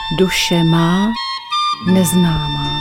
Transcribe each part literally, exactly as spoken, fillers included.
Duše má neznámá.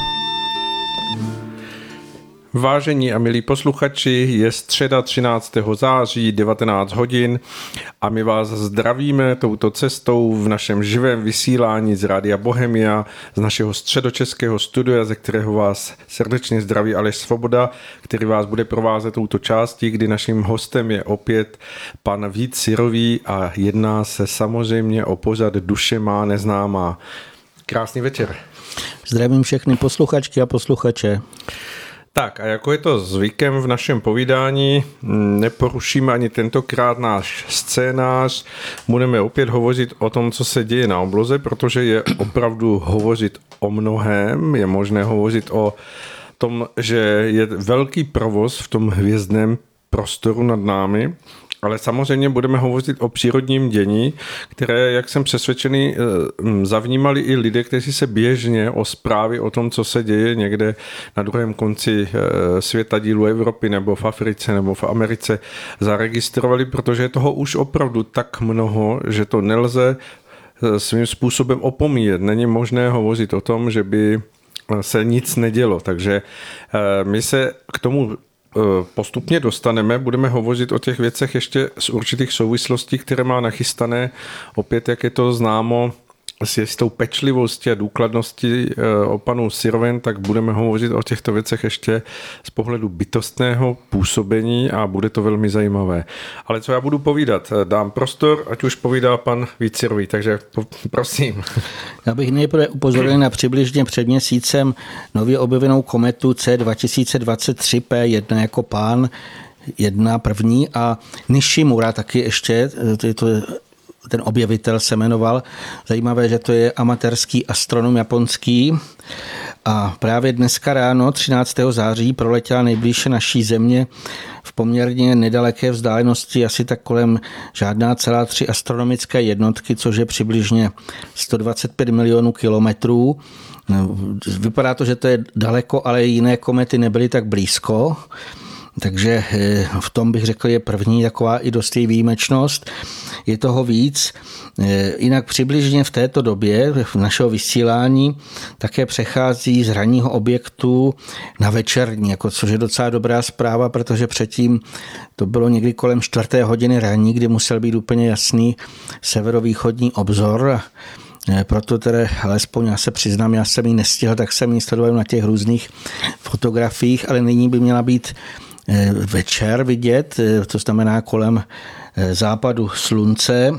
Vážení a milí posluchači, je středa třináctého září devatenáct hodin a my vás zdravíme touto cestou v našem živém vysílání z Rádia Bohemia, z našeho středočeského studia, ze kterého vás srdečně zdraví Aleš Svoboda, který vás bude provázet touto částí, kdy naším hostem je opět pan Vít Syrový a jedná se samozřejmě o pořad Duše má neznámá. Krásný večer. Zdravím všechny posluchačky a posluchače. Tak a jako je to zvykem v našem povídání, neporušíme ani tentokrát náš scénář, budeme opět hovořit o tom, co se děje na obloze, protože je opravdu hovořit o mnohém, je možné hovořit o tom, že je velký provoz v tom hvězdném prostoru nad námi, ale samozřejmě budeme hovořit o přírodním dění, které, jak jsem přesvědčený, zavnímali i lidé, kteří se běžně o zprávy o tom, co se děje někde na druhém konci světa dílu Evropy nebo v Africe nebo v Americe, zaregistrovali, protože je toho už opravdu tak mnoho, že to nelze svým způsobem opomíjet. Není možné hovořit o tom, že by se nic nedělo. Takže my se k tomu postupně dostaneme, budeme hovořit o těch věcech ještě z určitých souvislostí, které má nachystané. Opět, jak je to známo, s jistou pečlivostí a důkladností o panu Syrovém, tak budeme hovořit o těchto věcech ještě z pohledu bytostného působení a bude to velmi zajímavé. Ale co já budu povídat? Dám prostor, ať už povídá pan Vít Syrový, takže prosím. Já bych nejprve upozornil na přibližně před měsícem nově objevenou kometu C dva tisíce dvacet tři P jedna jako pán, jedna první a Nishimura taky ještě, to, to ten objevitel se jmenoval. Zajímavé, že to je amatérský astronom japonský a právě dneska ráno třináctého září proletěla nejblíže naší země v poměrně nedaleké vzdálenosti asi tak kolem žádná celá tři astronomické jednotky, což je přibližně sto dvacet pět milionů kilometrů. Vypadá to, že to je daleko, ale jiné komety nebyly tak blízko. Takže v tom bych řekl, je první taková i dost její výjimečnost. Je toho víc. Jinak přibližně v této době v našeho vysílání také přechází z ranního objektu na večerní, jako což je docela dobrá zpráva, protože předtím to bylo někdy kolem čtvrté hodiny ranní, kdy musel být úplně jasný severovýchodní obzor. Proto tedy, alespoň já se přiznám, já jsem ji nestihl, tak jsem ji sledoval na těch různých fotografiích, ale nyní by měla být večer vidět, to znamená kolem západu slunce.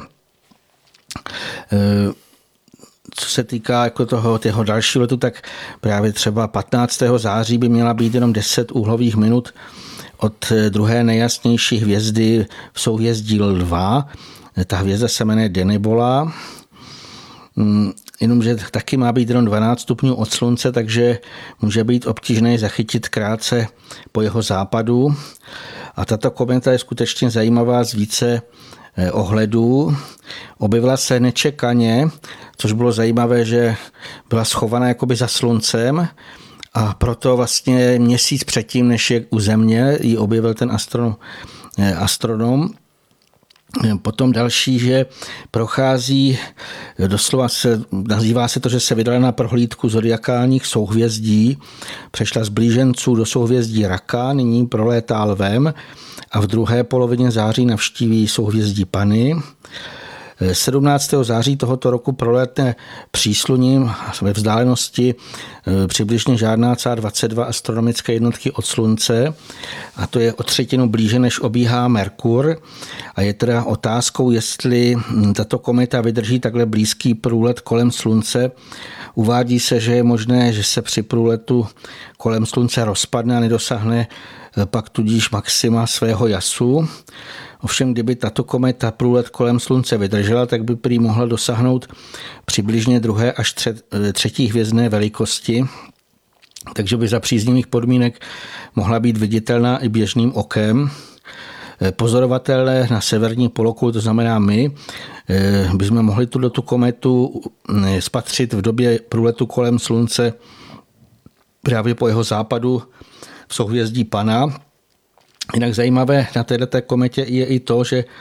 Co se týká jako toho, toho dalšího letu, tak právě třeba patnáctého září by měla být jenom deset úhlových minut od druhé nejjasnější hvězdy v souhvězdí Lva. Ta hvězda se jmenuje Denebola. Jenomže taky má být jenom dvanáct stupňů od slunce, takže může být obtížné zachytit krátce po jeho západu. A tato kometa je skutečně zajímavá z více ohledů. Objevila se nečekaně, což bylo zajímavé, že byla schovaná jakoby za sluncem a proto vlastně měsíc předtím, než je u Země, ji objevil ten astronom. astronom. Potom další, že prochází, doslova se, nazývá se to, že se vydala na prohlídku zodiakálních souhvězdí, přešla z blíženců do souhvězdí Raka, nyní prolétá Lvem a v druhé polovině září navštíví souhvězdí Pany. sedmnáctého září tohoto roku prolétne Přísluním ve vzdálenosti přibližně žádná celá dvacet dva astronomické jednotky od slunce a to je o třetinu blíže, než obíhá Merkur a je teda otázkou, jestli tato kometa vydrží takhle blízký průlet kolem slunce. Uvádí se, že je možné, že se při průletu kolem slunce rozpadne a nedosáhne pak tudíž maxima svého jasu. Ovšem, kdyby tato kometa průlet kolem slunce vydržela, tak by prý mohla dosáhnout přibližně druhé až třetí hvězdné velikosti, takže by za příznivých podmínek mohla být viditelná i běžným okem. Pozorovatelé na severní polokouli, to znamená my, bychom mohli tuto kometu spatřit v době průletu kolem slunce právě po jeho západu v souhvězdí Pana. Jinak zajímavé na této kometě je i to, že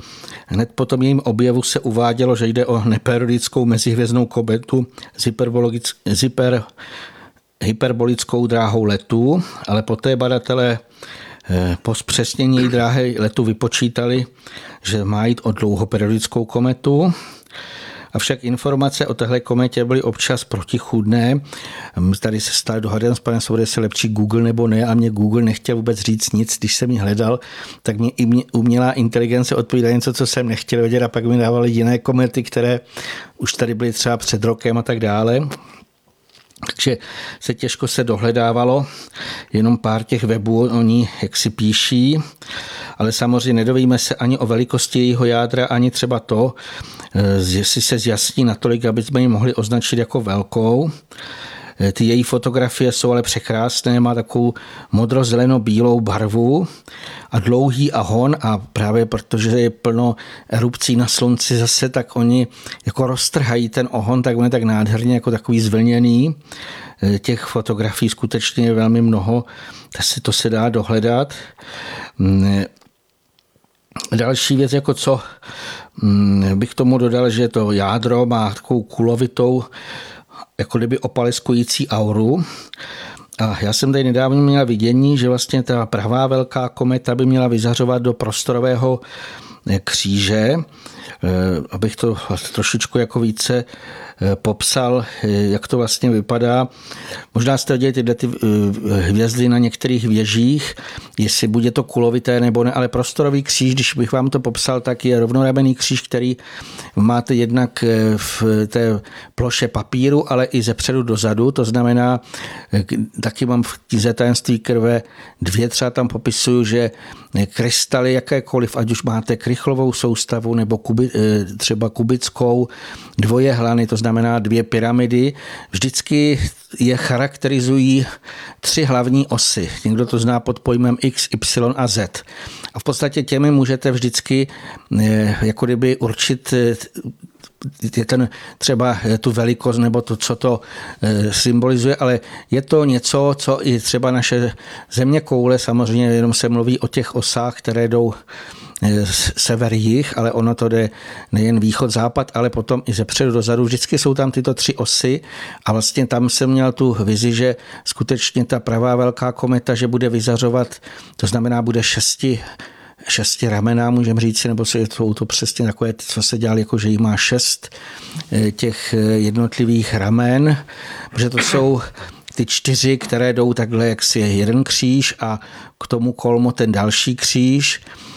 Hned po tom jejím objevu se uvádělo, že jde o neperiodickou mezihvězdnou kometu s hyper, hyperbolickou dráhou letu, ale poté badatelé po zpřesnění její dráhy letu vypočítali, že má jít o dlouhoperiodickou kometu. Avšak informace o téhle kometě byly občas protichůdné. Tady se stále dohadujeme s panem Svobodou, jestli lepší Google nebo ne, a mě Google nechtěl vůbec říct nic. Když jsem ji hledal, tak mě i umělá inteligence odpovídala něco, co jsem nechtěl vědět, a pak mi dávali jiné komety, které už tady byly třeba před rokem a tak dále. Takže se těžko se dohledávalo, jenom pár těch webů oni jak si píší, ale samozřejmě nedovíme se ani o velikosti jejího jádra, ani třeba to, jestli se zjasní natolik, aby jsme ji mohli označit jako velkou. Ty její fotografie jsou ale překrásné, má takovou modro-zeleno-bílou barvu a dlouhý ahon, a právě protože je plno erupcí na slunci zase, tak oni jako roztrhají ten ohon, tak on je tak nádherně jako takový zvlněný. Těch fotografií skutečně je velmi mnoho, tak si to se dá dohledat. Další věc, jako co bych tomu dodal, že to jádro má takovou kulovitou, jako kdyby opaleskující auru. A já jsem tady nedávno měl vidění, že vlastně ta pravá velká kometa by měla vyzařovat do prostorového kříže, abych to trošičku jako více popsal, jak to vlastně vypadá. Možná jste viděli tyhle ty hvězdy na některých věžích, jestli bude to kulovité nebo ne, ale prostorový kříž, když bych vám to popsal, tak je rovnoramenný kříž, který máte jednak v té ploše papíru, ale i zepředu dozadu. To znamená, taky mám v knize Tajemství krve dvě, třeba tam popisuju, že krystaly jakékoliv, ať už máte krychlovou soustavu nebo kubi, třeba kubickou, dvoje hlany, to znamená dvě pyramidy, vždycky je charakterizují tři hlavní osy. Někdo to zná pod pojmem X, Y a Z. A v podstatě těmi můžete vždycky jako kdyby určit je ten třeba tu velikost nebo to, co to symbolizuje, ale je to něco, co i třeba naše země koule, samozřejmě jenom se mluví o těch osách, které jdou sever, jih, ale ono to jde nejen východ, západ, ale potom i zepředu dozadu. Vždycky jsou tam tyto tři osy a vlastně tam jsem měl tu vizi, že skutečně ta pravá velká kometa, že bude vyzařovat, to znamená bude šesti šesti ramená, můžeme říct, nebo jsou to přesně takové, co se dělali, jako že jí má šest těch jednotlivých ramen, protože to jsou ty čtyři, které jdou takhle, jak si je jeden kříž a k tomu kolmo ten další kříž.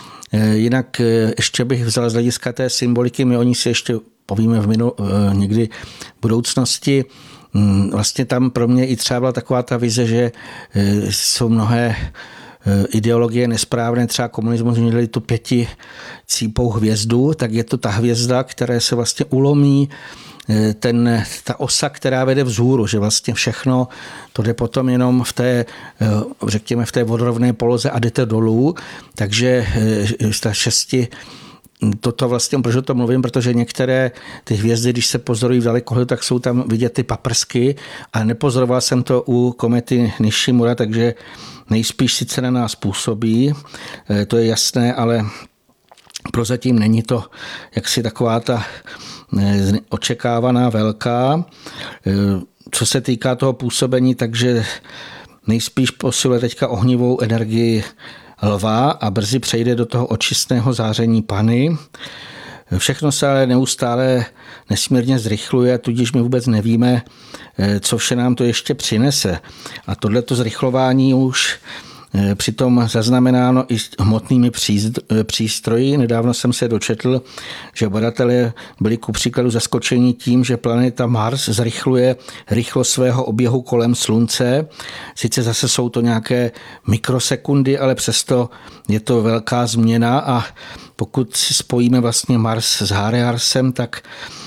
Jinak ještě bych vzal z hlediska té symboliky, my o ní si ještě povíme v minul, někdy v budoucnosti. Vlastně tam pro mě i třeba byla taková ta vize, že jsou mnohé ideologie nesprávné, třeba komunismus měli tu pěti cípou hvězdu, tak je to ta hvězda, která se vlastně ulomí ten, ta osa, která vede vzhůru, že vlastně všechno to jde potom jenom v té, řekněme, v té vodorovné poloze a jdete dolů, takže ta šesti toto vlastně, proč o tom mluvím, protože některé ty hvězdy, když se pozorují v dalekohledu, tak jsou tam vidět ty paprsky a nepozoroval jsem to u komety Nishimura, takže nejspíš sice na nás působí, to je jasné, ale prozatím není to jaksi taková ta očekávaná velká. Co se týká toho působení, takže nejspíš posiluje teďka ohnivou energii lva a brzy přejde do toho očistného záření Pany. Všechno se ale neustále nesmírně zrychluje, tudíž my vůbec nevíme, co vše nám to ještě přinese. A tohleto zrychlování už přitom zaznamenáno i hmotnými přístroji. Nedávno jsem se dočetl, že badatelé byli ku příkladu zaskočeni tím, že planeta Mars zrychluje rychlost svého oběhu kolem Slunce. Sice zase jsou to nějaké mikrosekundy, ale přesto je to velká změna a pokud si spojíme vlastně Mars s Hariarsem, tak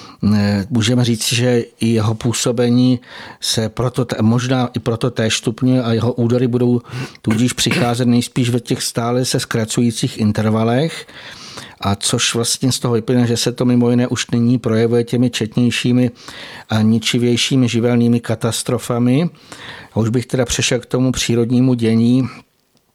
můžeme říct, že i jeho působení se proto, možná i proto též stupňuje a jeho údery budou tudíž přicházet nejspíš v těch stále se zkracujících intervalech, a což vlastně z toho vyplyne, že se to mimo jiné už nyní projevuje těmi četnějšími a ničivějšími živelnými katastrofami. A už bych teda přešel k tomu přírodnímu dění.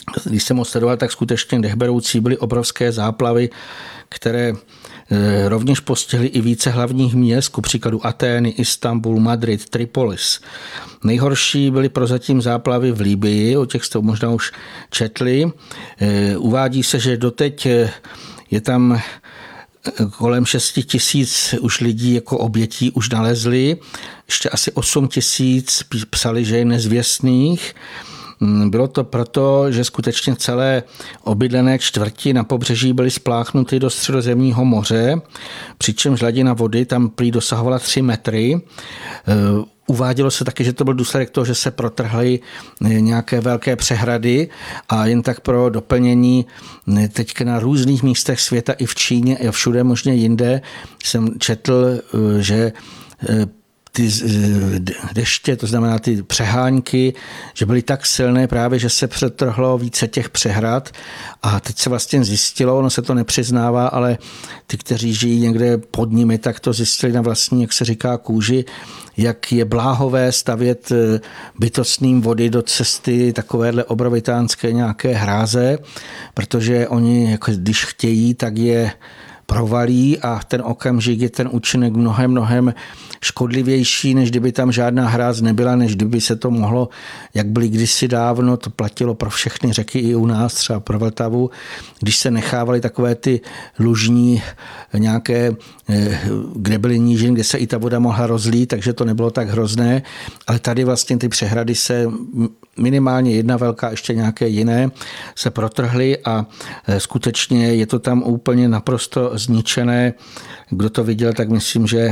když jsem ho sledoval, tak skutečně dechberoucí, byly obrovské záplavy, které rovněž postihly i více hlavních měst, ku příkladu Atény, Istanbul, Madrid, Tripolis. Nejhorší byly prozatím záplavy v Libyi, o těch jste možná už četli. Uvádí se, že doteď je tam kolem šest tisíc už lidí jako obětí už nalezli. Ještě asi osm tisíc psali, že je nezvěstných. Bylo to proto, že skutečně celé obydlené čtvrti na pobřeží byly spláchnuty do Středozemního moře, přičemž hladina vody tam prý dosahovala tři metry. Uvádělo se taky, že to byl důsledek toho, že se protrhly nějaké velké přehrady a jen tak pro doplnění teďka na různých místech světa i v Číně a všude možně jinde jsem četl, že ty deště, to znamená ty přehánky, že byly tak silné právě, že se přetrhlo více těch přehrad a teď se vlastně zjistilo, ono se to nepřiznává, ale ty, kteří žijí někde pod nimi, tak to zjistili na vlastní, jak se říká, kůži, jak je bláhové stavět bytostným vody do cesty takovéhle obrovitánské nějaké hráze, protože oni, jako když chtějí, tak je provalí a ten okamžik je ten účinek mnohem, mnohem škodlivější, než kdyby tam žádná hráz nebyla, než kdyby se to mohlo, jak byly kdysi dávno, to platilo pro všechny řeky i u nás, třeba pro Vltavu, když se nechávaly takové ty lužní nějaké, kde byly nížin, kde se i ta voda mohla rozlít, takže to nebylo tak hrozné, ale tady vlastně ty přehrady se minimálně jedna velká, ještě nějaké jiné, se protrhly a skutečně je to tam úplně naprosto zničené. Kdo to viděl, tak myslím, že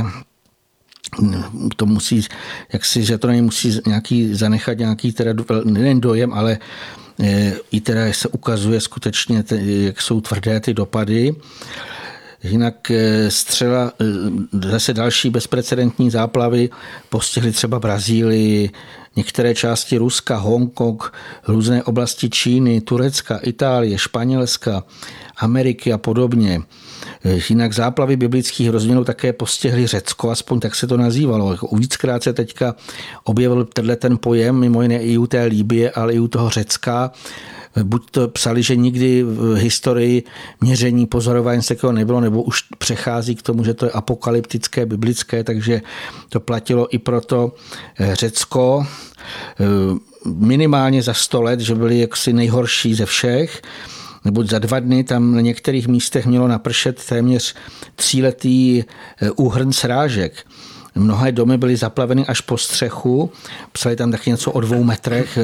to musí, jak si, že to nemusí nějaký, zanechat nějaký teda nejen dojem, ale i teda se ukazuje skutečně, jak jsou tvrdé ty dopady. Jinak střela, zase další bezprecedentní záplavy postihly třeba Brazílii, některé části Ruska, Hongkong, různé oblasti Číny, Turecka, Itálie, Španělska, Ameriky a podobně. Jinak záplavy biblických rozměrů také postihly Řecko, aspoň tak se to nazývalo. Víckrát se teďka objevil tenhle ten pojem, mimo jiné i u té Libye, ale i u toho Řecka. Buď to psali, že nikdy v historii měření pozorování takového nebylo, nebo už přechází k tomu, že to je apokalyptické, biblické, takže to platilo i pro to Řecko. Minimálně za sto let, že byli jaksi nejhorší ze všech. Nebo za dva dny tam na některých místech mělo napršet téměř tříletý úhrn srážek. Mnohé domy byly zaplaveny až po střechu. Psali tam taky něco o dvou metrech.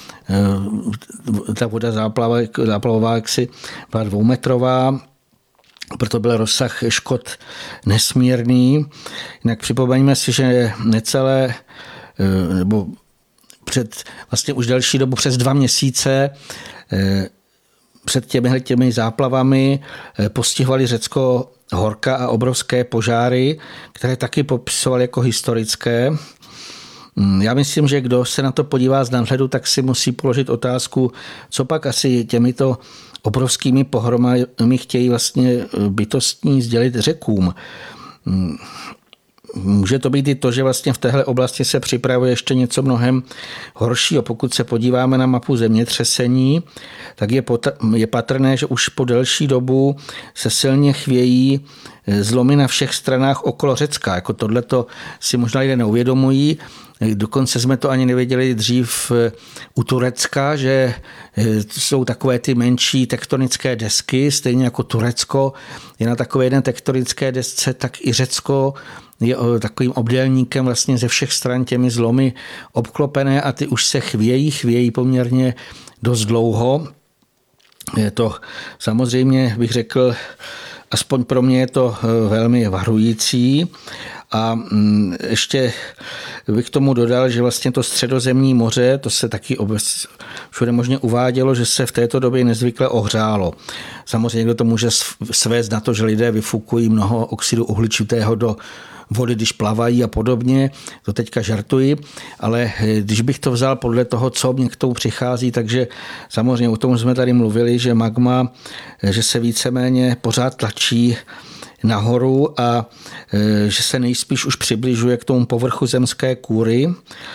Ta voda záplavová jaksi byla dvoumetrová. Proto byl rozsah škod nesmírný. Jinak připomeňme si, že necelé nebo před vlastně už delší dobu, přes dva měsíce před těmi, těmi záplavami postihovaly Řecko horka a obrovské požáry, které taky popisovaly jako historické. Já myslím, že kdo se na to podívá z nadhledu, tak si musí položit otázku, co pak asi těmito obrovskými pohromami chtějí vlastně bytostní sdělit Řekům. Může to být i to, že vlastně v téhle oblasti se připravuje ještě něco mnohem horšího. Pokud se podíváme na mapu zemětřesení, tak je, potr- je patrné, že už po delší dobu se silně chvějí zlomy na všech stranách okolo Řecka. Jako tohleto si možná lidé neuvědomují. Dokonce jsme to ani nevěděli dřív u Turecka, že jsou takové ty menší tektonické desky, stejně jako Turecko je na takové jedné tektonické desce, tak i Řecko je takovým obdélníkem vlastně ze všech stran těmi zlomy obklopené a ty už se chvějí, chvějí poměrně dost dlouho. Je to samozřejmě, bych řekl, aspoň pro mě je to velmi varující. A ještě bych tomu dodal, že vlastně to Středozemní moře, to se taky všude možně uvádělo, že se v této době nezvykle ohřálo. Samozřejmě někdo to může svést na to, že lidé vyfukují mnoho oxidu uhličitého do vody, když plavají a podobně, to teďka žartuji, ale když bych to vzal podle toho, co mě k tomu přichází, takže samozřejmě o tom jsme tady mluvili, že magma, že se víceméně pořád tlačí nahoru a že se nejspíš už přibližuje k tomu povrchu zemské kůry.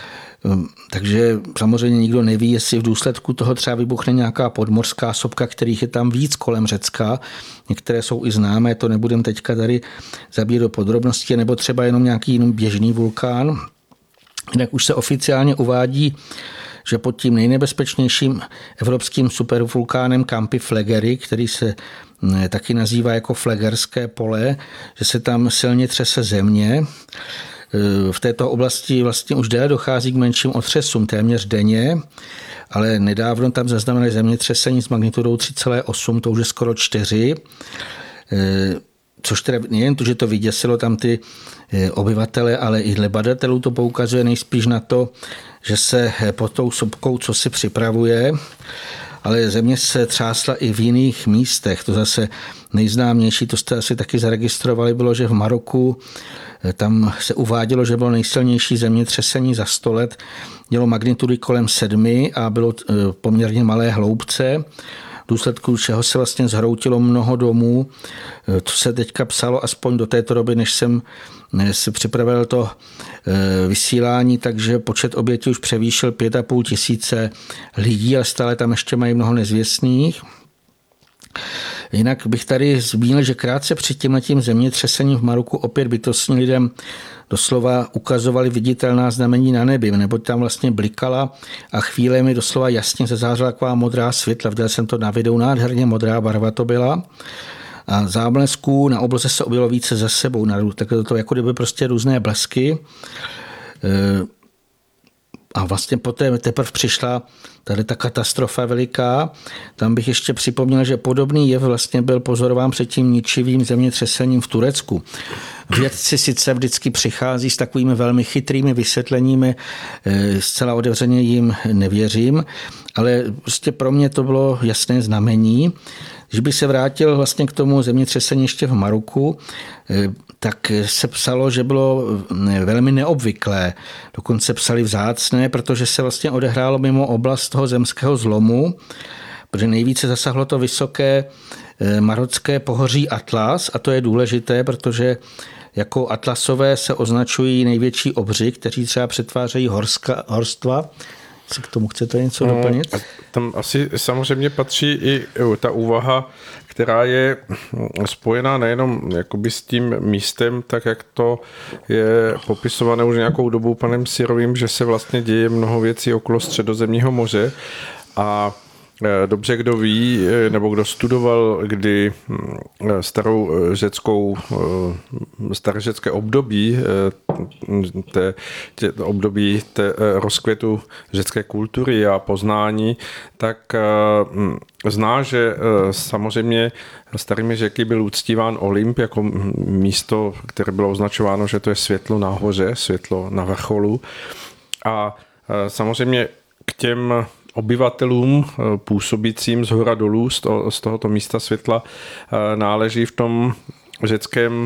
Takže samozřejmě nikdo neví, jestli v důsledku toho třeba vybuchne nějaká podmořská sopka, kterých je tam víc kolem Řecka. Některé jsou i známé, to nebudem teďka tady zabít do podrobností, nebo třeba jenom nějaký jiný běžný vulkán. Jinak už se oficiálně uvádí, že pod tím nejnebezpečnějším evropským supervulkánem Campi Flegrei, který se taky nazývá jako Flegerské pole, že se tam silně třese země. V této oblasti vlastně už déle dochází k menším otřesům, téměř denně, ale nedávno tam zaznamenali zemětřesení s magnitudou tři celá osm, to už je skoro čtyři, což teda nejen to, že to vyděsilo tam ty obyvatele, ale i dle badatelů to poukazuje nejspíš na to, že se pod tou sopkou co si připravuje, ale země se třásla i v jiných místech. To zase nejznámější, to jste asi taky zaregistrovali, bylo, že v Maroku tam se uvádělo, že bylo nejsilnější zemětřesení za sto let, mělo magnitudy kolem sedmi a bylo poměrně malé hloubce, v důsledku čeho se vlastně zhroutilo mnoho domů. To se teďka psalo aspoň do této doby, než jsem si připravil to vysílání, takže počet obětí už převýšil pět a půl tisíce lidí, ale stále tam ještě mají mnoho nezvěstných. Jinak bych tady zmínil, že krátce před tímhletím zemětřesením v Maroku opět bytostní lidem doslova ukazovali viditelná znamení na nebi, nebo tam vlastně blikala a chvílemi doslova jasně zazářila taková modrá světla. Viděl jsem to na videu, nádherně modrá barva to byla. A záblesků na obloze se objevilo více za sebou. Tak to, to jako kdyby prostě různé blesky. A vlastně poté teprve přišla tady ta katastrofa veliká. Tam bych ještě připomněl, že podobný jev vlastně byl pozorován před tím ničivým zemětřesením v Turecku. Vědci sice vždycky přichází s takovými velmi chytrými vysvětleními, zcela otevřeně jim nevěřím, ale prostě pro mě to bylo jasné znamení. Když bych se vrátil vlastně k tomu zemětřesení ještě v Maroku, tak se psalo, že bylo velmi neobvyklé. Dokonce psali vzácné, protože se vlastně odehrálo mimo oblast toho zemského zlomu, protože nejvíce zasahlo to vysoké marocké pohoří Atlas a to je důležité, protože jako atlasové se označují největší obři, kteří třeba přetvářejí horska, horstva. K tomu chcete něco no, doplnit? Tam asi samozřejmě patří i ta úvaha, která je spojená nejenom jakoby s tím místem, tak jak to je popisované už nějakou dobu panem Sirovým, že se vlastně děje mnoho věcí okolo Středozemního moře a dobře, kdo ví, nebo kdo studoval kdy starou řeckou, starořecké období, té, té období té rozkvětu řecké kultury a poznání, tak zná, že samozřejmě starými Řeky byl uctíván Olymp jako místo, které bylo označováno, že to je světlo nahoře, světlo na vrcholu. A samozřejmě k těm obyvatelům působícím z hora dolů z, to, z tohoto místa světla náleží v tom řeckém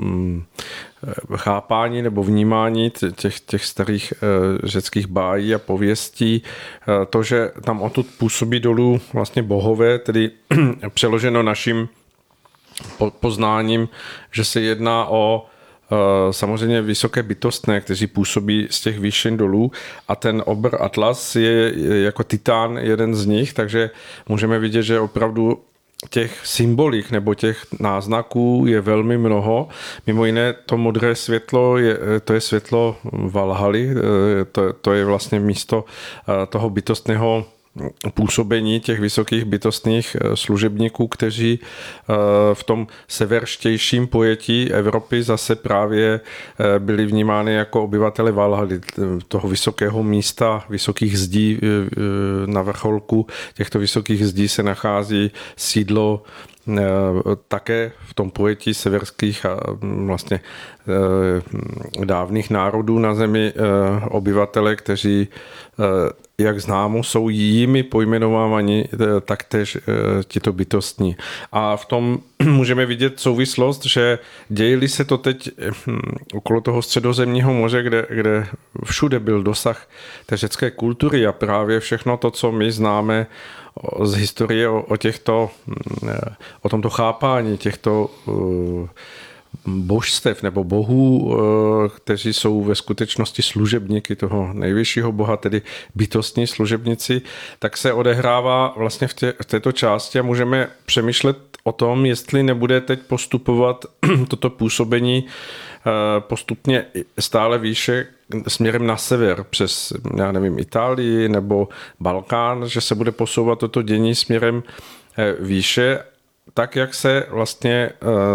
chápání nebo vnímání těch, těch starých řeckých bájí a pověstí to, že tam odtud působí dolů vlastně bohové, tedy přeloženo naším poznáním, že se jedná o samozřejmě vysoké bytostné, kteří působí z těch výšin dolů a ten obr Atlas je jako titán jeden z nich, takže můžeme vidět, že opravdu těch symbolik nebo těch náznaků je velmi mnoho. Mimo jiné to modré světlo, je, to je světlo Valhaly, to, to je vlastně místo toho bytostného působení těch vysokých bytostných služebníků, kteří v tom severštějším pojetí Evropy zase právě byli vnímány jako obyvatele Valhaly, toho vysokého místa, vysokých zdí na vrcholku těchto vysokých zdí se nachází sídlo také v tom pojetí severských a vlastně dávných národů na zemi obyvatele, kteří, jak známo, jsou jimi pojmenováváni taktéž tito bytostní. A v tom můžeme vidět souvislost, že dějili se to teď okolo toho Středozemního moře, kde, kde všude byl dosah té řecké kultury a právě všechno to, co my známe z historie o, o těchto, o tomto chápání těchto božstev nebo bohů, kteří jsou ve skutečnosti služebníky toho nejvyššího boha, tedy bytostní služebníci, tak se odehrává vlastně v, tě, v této části a můžeme přemýšlet o tom, jestli nebude teď postupovat toto působení postupně stále výše směrem na sever přes, já nevím, Itálii nebo Balkán, že se bude posouvat toto dění směrem výše, tak jak se vlastně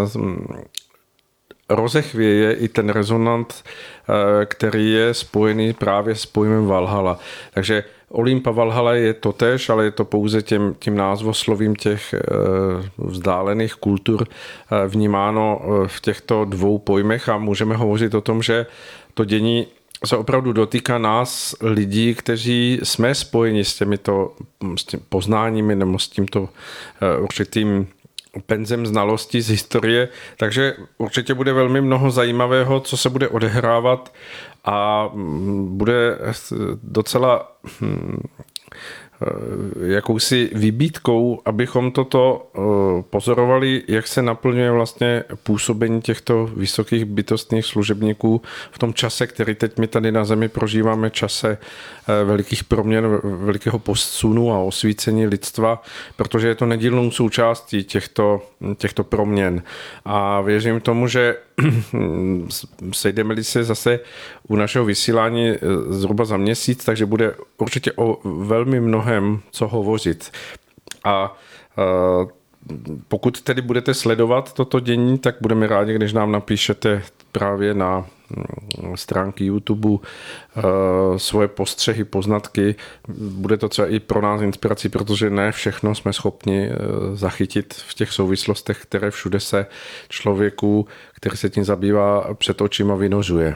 rozechvěje i ten rezonant, který je spojený právě s pojmem Valhalla. Takže Olympa Valhalla je totéž, ale je to pouze tím, tím názvoslovím těch vzdálených kultur vnímáno v těchto dvou pojmech a můžeme hovořit o tom, že to dění se opravdu dotýká nás, lidí, kteří jsme spojeni s těmito s tím poznáními nebo s tímto určitým penzem znalostí z historie, takže určitě bude velmi mnoho zajímavého, co se bude odehrávat a bude docela jakousi vybídkou, abychom toto pozorovali, jak se naplňuje vlastně působení těchto vysokých bytostných služebníků v tom čase, který teď my tady na zemi prožíváme, čase velikých proměn, velikého posunu a osvícení lidstva, protože je to nedílnou součástí těchto, těchto proměn. A věřím tomu, že sejdeme-li se zase u našeho vysílání zhruba za měsíc, takže bude určitě o velmi mnohem co hovořit. A pokud tedy budete sledovat toto dění, tak budeme rádi, když nám napíšete právě na stránky YouTube svoje postřehy, poznatky. Bude to třeba i pro nás inspirací, protože ne všechno jsme schopni zachytit v těch souvislostech, které všude se člověku, který se tím zabývá, před očima vynořuje.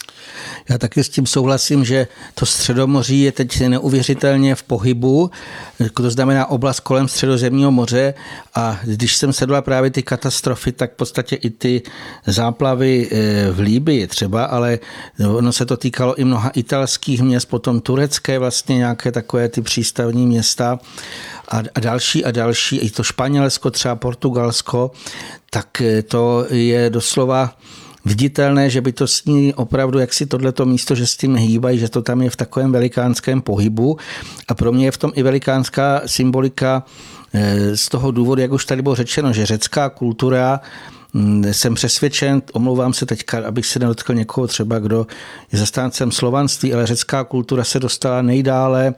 Já taky s tím souhlasím, že to Středomoří je teď neuvěřitelně v pohybu, to znamená oblast kolem Středozemního moře a když jsem sledoval právě ty katastrofy, tak v podstatě i ty záplavy v Líbii třeba, ale ono se to týkalo i mnoha italských měst, potom turecké vlastně nějaké takové ty přístavní města a další a další, i to Španělsko, třeba Portugalsko, tak to je doslova viditelné, že by to sní opravdu, jak si tohleto místo, že s tím hýbají, že to tam je v takovém velikánském pohybu a pro mě je v tom i velikánská symbolika z toho důvodu, jak už tady bylo řečeno, že řecká kultura, jsem přesvědčen, omlouvám se teďka, abych se nedotkl někoho třeba, kdo je zastáncem slovanství, ale řecká kultura se dostala nejdále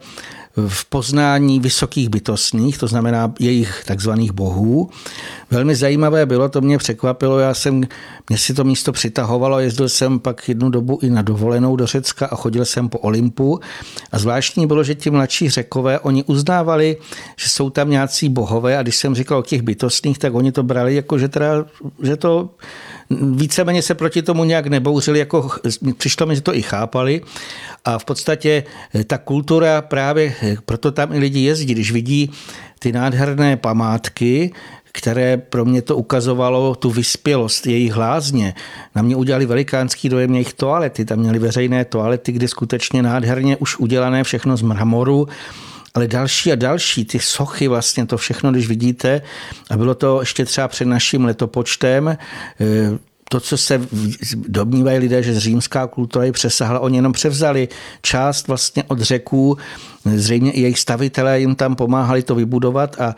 v poznání vysokých bytostných, to znamená jejich takzvaných bohů. Velmi zajímavé bylo, to mě překvapilo, já jsem, mě si to místo přitahovalo, jezdil jsem pak jednu dobu i na dovolenou do Řecka a chodil jsem po Olympu a zvláštní bylo, že ti mladší Řekové, oni uznávali, že jsou tam nějací bohové a když jsem říkal o těch bytostných, tak oni to brali jako, že, teda, že to víceméně se proti tomu nějak nebouřili, jako přišlo mi, že to i chápali a v podstatě ta kultura právě, proto tam i lidi jezdí, když vidí ty nádherné památky, které pro mě to ukazovalo tu vyspělost jejich lázně. Na mě udělali velikánský dojem jejich toalety, tam měli veřejné toalety, kde skutečně nádherně už udělané všechno z mramoru, ale další a další, ty sochy vlastně, to všechno, když vidíte, a bylo to ještě třeba před naším letopočtem, to, co se domnívají lidé, že římská kultura ji přesahla, oni jenom převzali část vlastně od Řeků, zřejmě i jejich stavitelé jim tam pomáhali to vybudovat a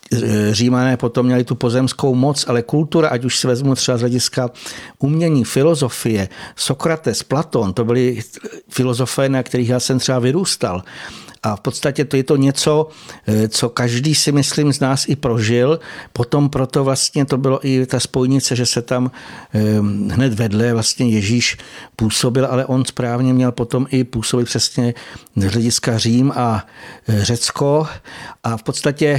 Římané potom měli tu pozemskou moc, ale kultura, ať už si vezmu třeba z hlediska umění, filozofie, Sokrates, Platon, to byli filozofé, na kterých já jsem třeba vyrůstal. A v podstatě to je to něco, co každý si myslím z nás i prožil. Potom proto vlastně to bylo i ta spojnice, že se tam hned vedle vlastně Ježíš působil, ale on správně měl potom i působit přesně z hlediska Řím a Řecko. A v podstatě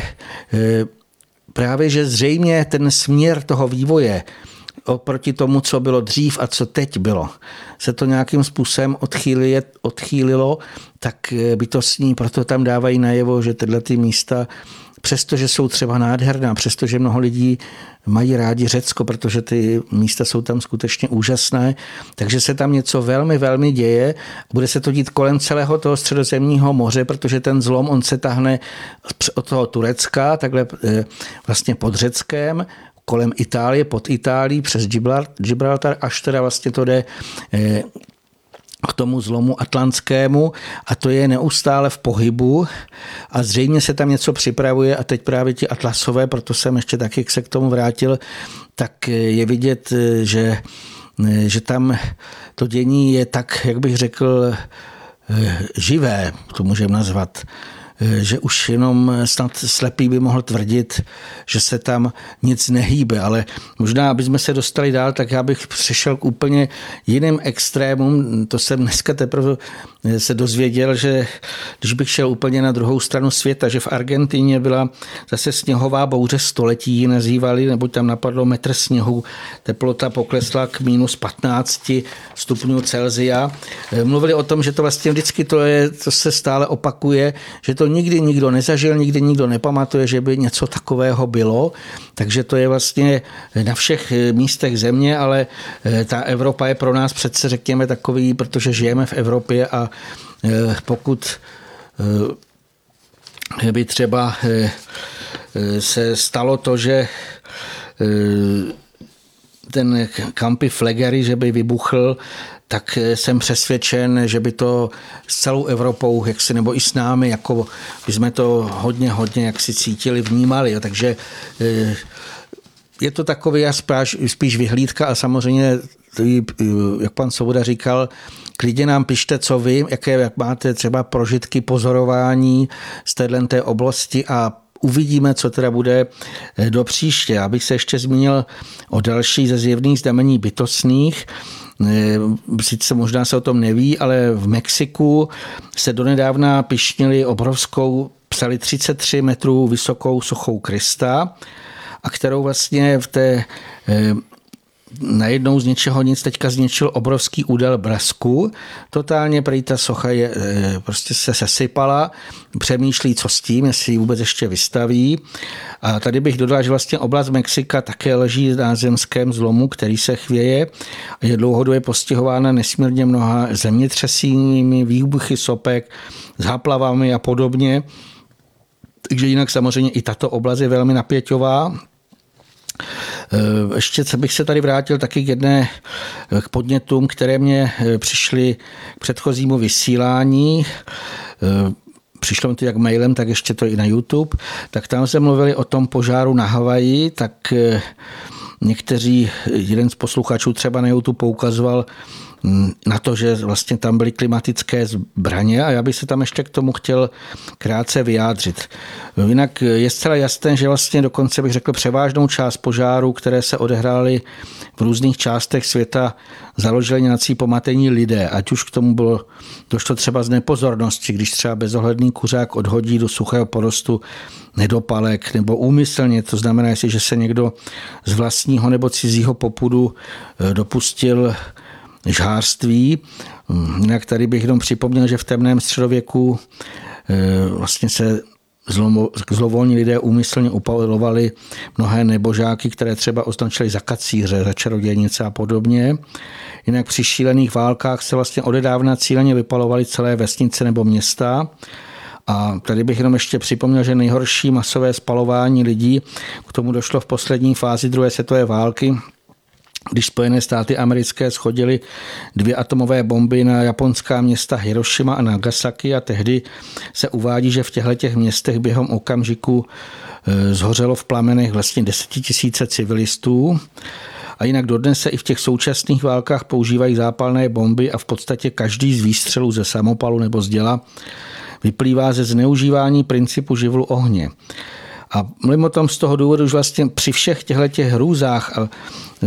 právě, že zřejmě ten směr toho vývoje oproti tomu, co bylo dřív a co teď bylo, se to nějakým způsobem odchýlilo, tak bytostní proto tam dávají najevo, že tyhle ty místa, přestože jsou třeba nádherná, přestože mnoho lidí mají rádi Řecko, protože ty místa jsou tam skutečně úžasné, takže se tam něco velmi, velmi děje. Bude se to dít kolem celého toho Středozemního moře, protože ten zlom, on se tahne od toho Turecka, takhle vlastně pod Řeckem, kolem Itálie, pod Itálií, přes Gibraltar, až teda vlastně to jde k tomu zlomu atlantskému a to je neustále v pohybu a zřejmě se tam něco připravuje a teď právě ti atlasové, proto jsem ještě taky se k tomu vrátil, tak je vidět, že, že tam to dění je tak, jak bych řekl, živé, to můžeme nazvat, že už jenom snad slepý by mohl tvrdit, že se tam nic nehýbe, ale možná, aby jsme se dostali dál, tak já bych přešel k úplně jiným extrémům. To jsem dneska teprve se dozvěděl, že když bych šel úplně na druhou stranu světa, že v Argentině byla zase sněhová bouře století, ji nazývali, neboť tam napadlo metr sněhu, teplota poklesla k minus patnácti stupňů Celsia. Mluvili o tom, že to vlastně vždycky to, je, to se stále opakuje, že to nikdy nikdo nezažil, nikdy nikdo nepamatuje, že by něco takového bylo, takže to je vlastně na všech místech země, ale ta Evropa je pro nás přece, řekněme, takový, protože žijeme v Evropě a pokud by třeba se stalo to, že ten Campi Flegrei, že by vybuchl, tak jsem přesvědčen, že by to s celou Evropou, jak si, nebo i s námi, jako by jsme to hodně, hodně jak si cítili, vnímali. Takže je to takový spíš vyhlídka a samozřejmě, jak pan Svoboda říkal, klidně nám pište, co vy, jaké jak máte třeba prožitky pozorování z této oblasti a uvidíme, co teda bude do příště. Já bych se ještě zmínil o další ze zjevných znamení bytostných. Sice možná se o tom neví, ale v Mexiku se donedávna pyšnili obrovskou, psali třicet tři metrů vysokou sochou Krista, a kterou vlastně v té najednou z něčeho nic teďka zničil obrovský údel blesku. Totálně prý ta socha je, prostě se sesypala, přemýšlí, co s tím, jestli ji vůbec ještě vystaví. A tady bych dodal, že vlastně oblast Mexika také leží na zemském zlomu, který se chvěje a je dlouhodobě postihována nesmírně mnoha zemětřeseními, výbuchy sopek, záplavami a podobně. Takže jinak samozřejmě i tato oblast je velmi napěťová. Ještě bych se tady vrátil taky k jedné k podnětům, které mě přišly k předchozímu vysílání. Přišlo mi to jak mailem, tak ještě to i na YouTube. Tak tam se mluvili o tom požáru na Havaji, tak někteří, jeden z posluchačů třeba na YouTube poukazoval na to, že vlastně tam byly klimatické zbraně a já bych se tam ještě k tomu chtěl krátce vyjádřit. Jinak je zcela jasné, že vlastně dokonce bych řekl převážnou část požárů, které se odehrály v různých částech světa, založili nějací pomatení lidé, ať už k tomu bylo došlo třeba z nepozornosti, když třeba bezohledný kuřák odhodí do suchého porostu nedopalek, nebo úmyslně, to znamená, jestli, že se někdo z vlastního nebo cizího popudu dopustil žhářství. Jinak tady bych jenom připomněl, že v temném středověku vlastně se zlovolní lidé úmyslně upalovali mnohé nebožáky, které třeba označili za kacíře, za čarodějnice a podobně. Jinak při šílených válkách se vlastně odedávna cíleně vypalovaly celé vesnice nebo města. A tady bych jenom ještě připomněl, že nejhorší masové spalování lidí, k tomu došlo v poslední fázi druhé světové války, když Spojené státy americké shodily dvě atomové bomby na japonská města Hirošima a Nagasaki a tehdy se uvádí, že v těchto městech během okamžiku zhořelo v plamenech vlastně desetitisíce civilistů. A jinak dodnes se i v těch současných válkách používají zápalné bomby a v podstatě každý z výstřelů ze samopalu nebo z děla vyplývá ze zneužívání principu živlu ohně. A mluvím o tom z toho důvodu, že vlastně při všech těchto hrůzách a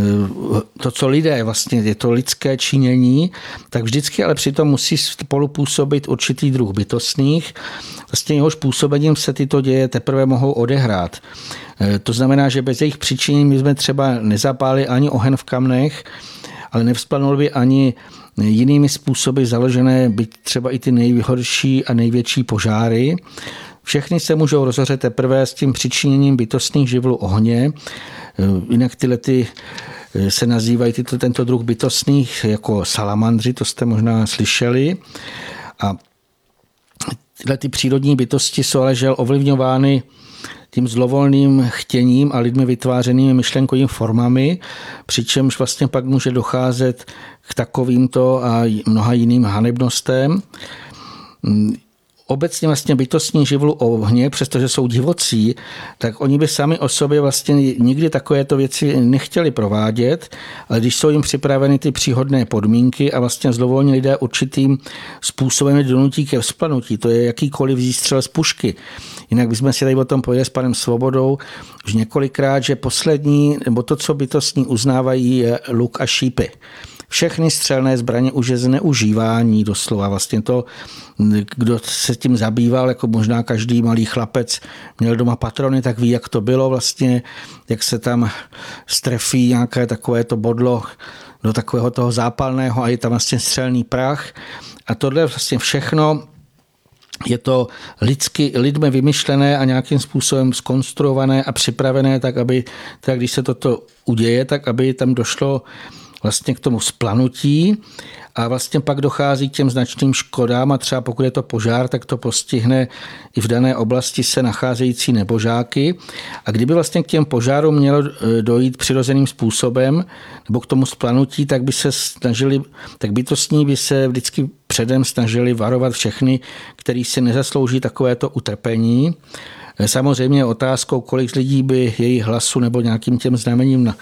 to, co lidé, vlastně je to lidské činění, tak vždycky ale přitom musí spolupůsobit určitý druh bytostných. Vlastně jehož působením se tyto děje teprve mohou odehrát. To znamená, že bez jejich přičinění my jsme třeba nezapálili ani oheň v kamnech, ale nevzplanuli by ani jinými způsoby založené byť třeba i ty nejhorší a největší požáry. Všechny se můžou rozhořet teprve s tím přičiněním bytostných živlů ohně. Jinak tyhle ty se nazývají tyto, tento druh bytostných jako salamandři, to jste možná slyšeli. A tyhle ty přírodní bytosti jsou ale žel ovlivňovány tím zlovolným chtěním a lidmi vytvářenými myšlenkovými formami, přičemž vlastně pak může docházet k takovýmto a mnoha jiným hanebnostem. Obecně vlastně bytostní živlu ohně, přestože jsou divocí, tak oni by sami o sobě vlastně nikdy takovéto věci nechtěli provádět, ale když jsou jim připraveny ty příhodné podmínky a vlastně zlovolní lidé určitým způsobem donutí ke vzplanutí, to je jakýkoliv výstřel z pušky. Jinak bychom si tady o tom pověděli s panem Svobodou už několikrát, že poslední, nebo to, co bytostní uznávají, je luk a šípy. Všechny střelné zbraně už je zneužívání doslova. Vlastně to, kdo se tím zabýval, jako možná každý malý chlapec měl doma patrony, tak ví, jak to bylo vlastně, jak se tam strefí nějaké takové to bodlo do takového toho zápalného a je tam vlastně střelný prach. A tohle vlastně všechno je to lidsky, lidmi vymyšlené a nějakým způsobem zkonstruované a připravené tak, aby, tak když se toto uděje, tak aby tam došlo vlastně k tomu splanutí a vlastně pak dochází k těm značným škodám a třeba pokud je to požár, tak to postihne i v dané oblasti se nacházející nebožáky. A kdyby vlastně k těm požárům mělo dojít přirozeným způsobem nebo k tomu splanutí, tak by se snažili, tak bytostní by se vždycky předem snažili varovat všechny, kteří si nezaslouží takovéto utrpení. Samozřejmě otázkou, kolik lidí by jejich hlasu nebo nějakým těm znamením na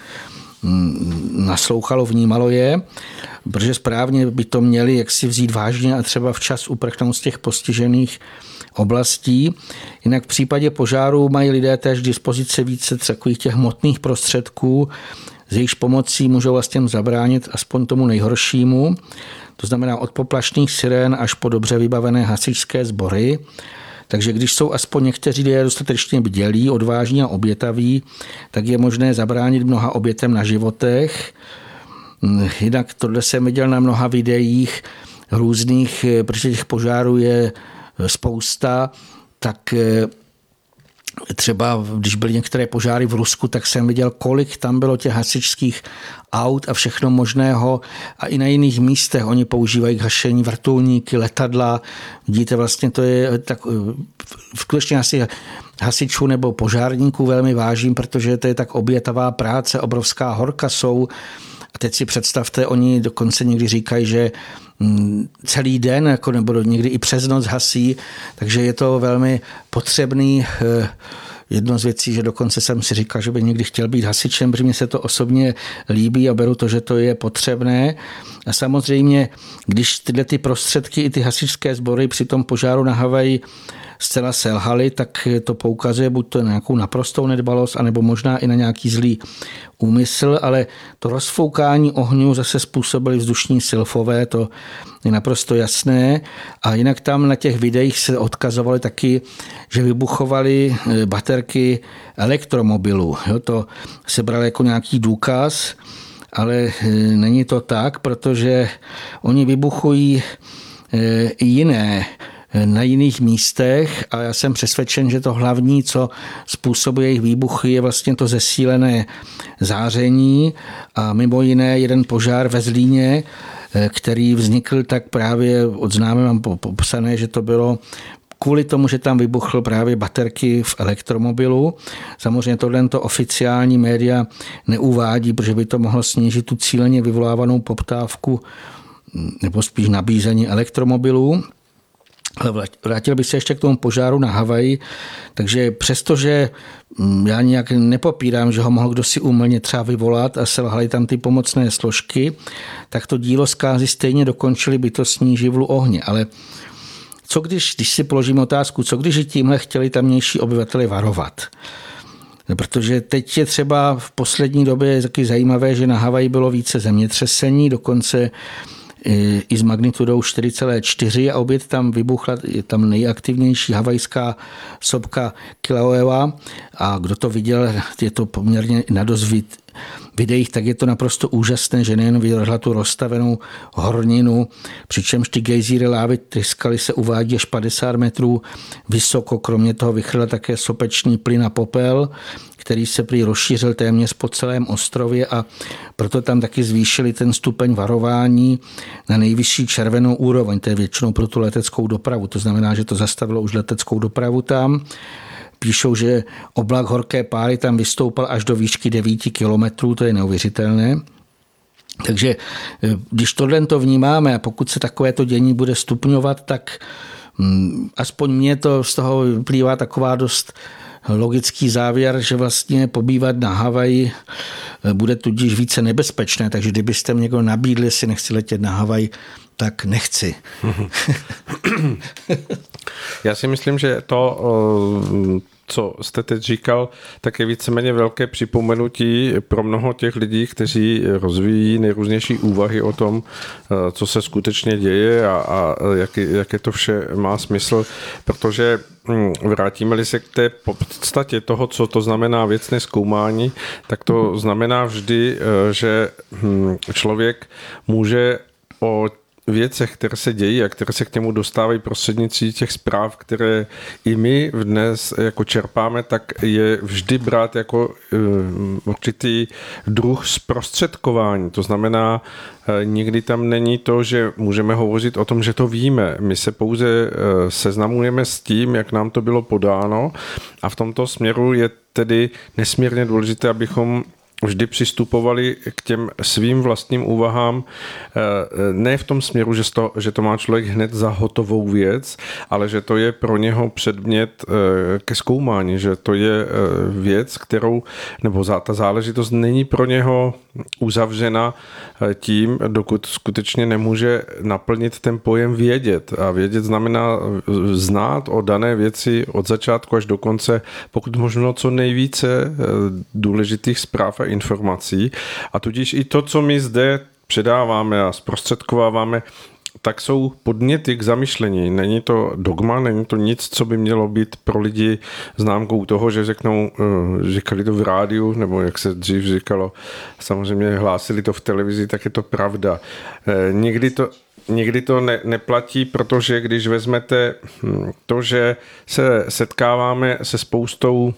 naslouchalo, vnímalo je, protože správně by to měli jak si vzít vážně a třeba včas uprchnout z těch postižených oblastí. Jinak v případě požáru mají lidé též dispozici více takových těch hmotných prostředků, s jejichž pomocí můžou vlastně zabránit aspoň tomu nejhoršímu. To znamená od poplašných sirén až po dobře vybavené hasičské sbory. Takže když jsou aspoň někteří lidé dostatečně bdělí, odvážní a obětaví, tak je možné zabránit mnoha obětem na životech. Jinak tohle jsem viděl na mnoha videích různých, protože těch požárů je spousta, tak třeba když byly některé požáry v Rusku, tak jsem viděl, kolik tam bylo těch hasičských aut a všechno možného a i na jiných místech oni používají k hašení vrtulníky, letadla. Vidíte, vlastně to je tak, skutečně asi hasičů nebo požárníků velmi vážím, protože to je tak obětavá práce, obrovská horka jsou. A teď si představte, oni dokonce někdy říkají, že celý den, jako nebo někdy i přes noc hasí, takže je to velmi potřebný. Jedno z věcí, že dokonce jsem si říkal, že by někdy chtěl být hasičem, protože mě se to osobně líbí a beru to, že to je potřebné. A samozřejmě, když tyhle ty prostředky i ty hasičské sbory při tom požáru na Havaji zcela selhaly, tak to poukazuje buď to na nějakou naprostou nedbalost, anebo možná i na nějaký zlý úmysl, ale to rozfoukání ohňů zase způsobily vzdušní silfové, to je naprosto jasné. A jinak tam na těch videích se odkazovaly taky, že vybuchovaly baterky elektromobilů. Jo, to se bralo jako nějaký důkaz, ale není to tak, protože oni vybuchují i jiné na jiných místech a já jsem přesvědčen, že to hlavní, co způsobuje jejich výbuchy, je vlastně to zesílené záření a mimo jiné jeden požár ve Zlíně, který vznikl tak právě od známé mám popsané, že to bylo kvůli tomu, že tam vybuchl právě baterky v elektromobilu. Samozřejmě tohle oficiální média neuvádí, protože by to mohlo snížit tu cíleně vyvolávanou poptávku nebo spíš nabízení elektromobilů. Ale vrátil bych se ještě k tomu požáru na Havaji, takže přestože já nějak nepopírám, že ho mohl kdo si úmylně třeba vyvolat a selhaly tam ty pomocné složky, tak to dílo zkázy stejně dokončili bytostní živlu ohně. Ale co když, když si položím otázku, co když i tímhle chtěli tamnější obyvateli varovat? Protože teď je třeba v poslední době taky zajímavé, že na Havaji bylo více zemětřesení, dokonce i s magnitudou čtyři celé čtyři a opět tam vybuchla, je tam nejaktivnější havajská sopka Kilauea a kdo to viděl, je to poměrně na dost videích, tak je to naprosto úžasné, že nejen vyhrla tu rozstavenou horninu, přičemž ty gejzíry lávy tryskaly se uvádí až padesát metrů vysoko, kromě toho vychrla také sopečný plyn a popel, který se prý rozšířil téměř po celém ostrově a proto tam taky zvýšili ten stupeň varování na nejvyšší červenou úroveň, to je většinou pro tu leteckou dopravu, to znamená, že to zastavilo už leteckou dopravu tam. píšou, že oblak horké páry tam vystoupal až do výšky devět kilometrů, to je neuvěřitelné. Takže když tohle to vnímáme a pokud se takovéto dění bude stupňovat, tak aspoň mně to z toho vyplývá taková dost logický závěr, že vlastně pobývat na Havaji bude tudíž více nebezpečné, takže kdybyste mě někdo nabídli, jestli nechci letět na Havaj, tak nechci. Já si myslím, že to, co jste teď říkal, tak je víceméně velké připomenutí pro mnoho těch lidí, kteří rozvíjí nejrůznější úvahy o tom, co se skutečně děje a, a jak, jaké to vše má smysl, protože vrátíme-li se k té podstatě toho, co to znamená věcné zkoumání, tak to znamená vždy, že člověk může o věcech, které se dějí a které se k němu dostávají prostřednictvím těch zpráv, které i my dnes jako čerpáme, tak je vždy brát jako určitý druh zprostředkování. To znamená, nikdy tam není to, že můžeme hovořit o tom, že to víme. My se pouze seznamujeme s tím, jak nám to bylo podáno a v tomto směru je tedy nesmírně důležité, abychom vždy přistupovali k těm svým vlastním úvahám, ne v tom směru, že to, že to má člověk hned za hotovou věc, ale že to je pro něho předmět ke zkoumání, že to je věc, kterou, nebo ta záležitost není pro něho uzavřena tím, dokud skutečně nemůže naplnit ten pojem vědět. A vědět znamená znát o dané věci od začátku až do konce, pokud možno co nejvíce důležitých zpráv a informací. A tudíž i to, co my zde předáváme a zprostředkováváme, tak jsou podněty k zamyšlení. Není to dogma, není to nic, co by mělo být pro lidi známkou toho, že řeknou, říkali to v rádiu, nebo jak se dřív říkalo, samozřejmě hlásili to v televizi, tak je to pravda. Někdy to Někdy to ne, neplatí, protože když vezmete to, že se setkáváme se spoustou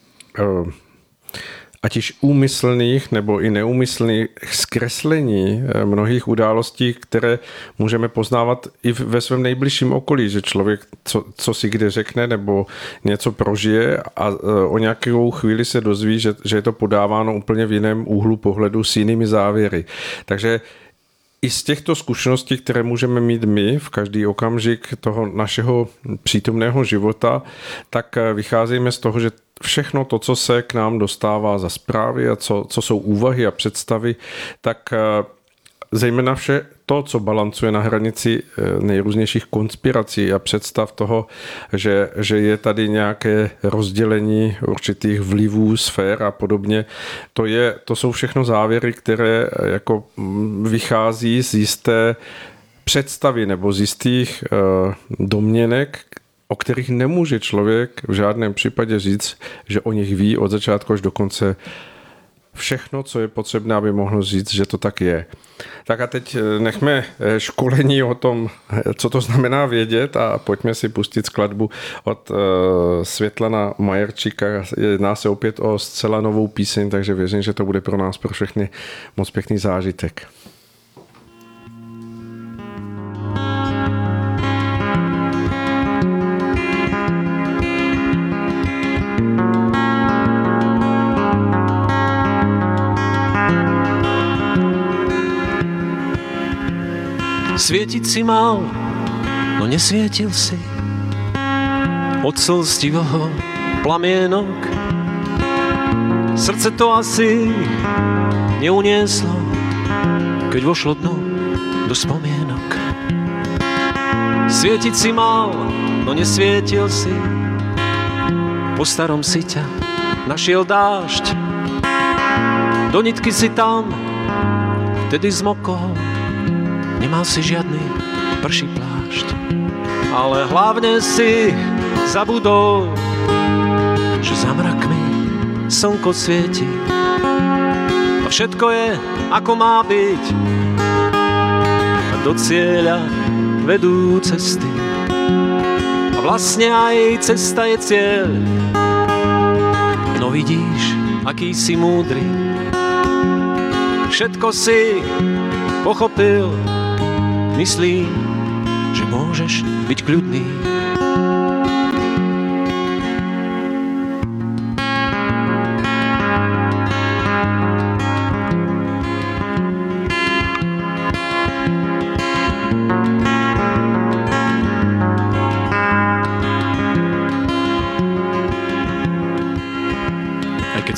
ať již úmyslných nebo i neúmyslných zkreslení mnohých událostí, které můžeme poznávat i ve svém nejbližším okolí, že člověk co, co si kde řekne nebo něco prožije a o nějakou chvíli se dozví, že, že je to podáváno úplně v jiném úhlu pohledu s jinými závěry. Takže i z těchto zkušeností, které můžeme mít my v každý okamžik toho našeho přítomného života, tak vycházíme z toho, že všechno to, co se k nám dostává za zprávy a co, co jsou úvahy a představy, tak zejména vše to, co balancuje na hranici nejrůznějších konspirací a představ toho, že, že je tady nějaké rozdělení určitých vlivů, sfér a podobně, to, je, to jsou všechno závěry, které jako vychází z jisté představy nebo z jistých domněnek, o kterých nemůže člověk v žádném případě říct, že o nich ví od začátku až do konce všechno, co je potřebné, aby mohl říct, že to tak je. Tak a teď nechme školení o tom, co to znamená vědět a pojďme si pustit skladbu od Světlana Majerčíka. Jedná se opět o zcela novou píseň, takže věřím, že to bude pro nás pro všechny moc pěkný zážitek. Svietiť si mal, no nesvietil si od slztivého plamienok. Srdce to asi neunieslo, keď vošlo dnu do spomienok. Svietiť si mal, no nesvietil si, po starom si ťa našiel dážď. Do nitky si tam vtedy zmokol, nemal si žiadny prší plášť, ale hlavne si zabudol, že za mrakmi slnko svieti a všetko je ako má byť a do cieľa vedú cesty a vlastne aj cesta je cieľ. No vidíš, aký si múdry, všetko si pochopil. Myslím, že môžeš byť kľudný.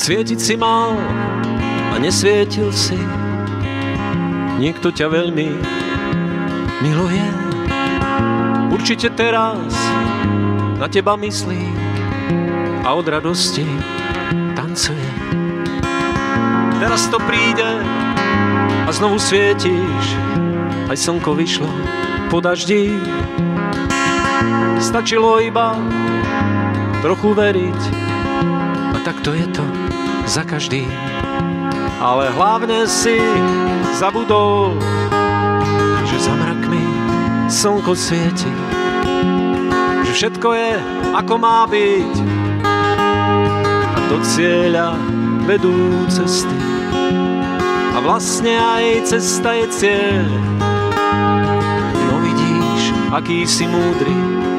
Svietiť si mal a nesvietil si. Niekto ťa veľmi miluje. Určite teraz na teba myslí a od radosti tancuje. Teraz to príde a znovu svietíš. Aj slnko vyšlo po daždi. Stačilo iba trochu veriť a takto je to za každý. Ale hlavne si zabudol, že za mrakmi slnko svieti, že všetko je ako má byť a do cieľa vedú cesty a vlastne aj cesta je cieľ. No vidíš, aký si múdry,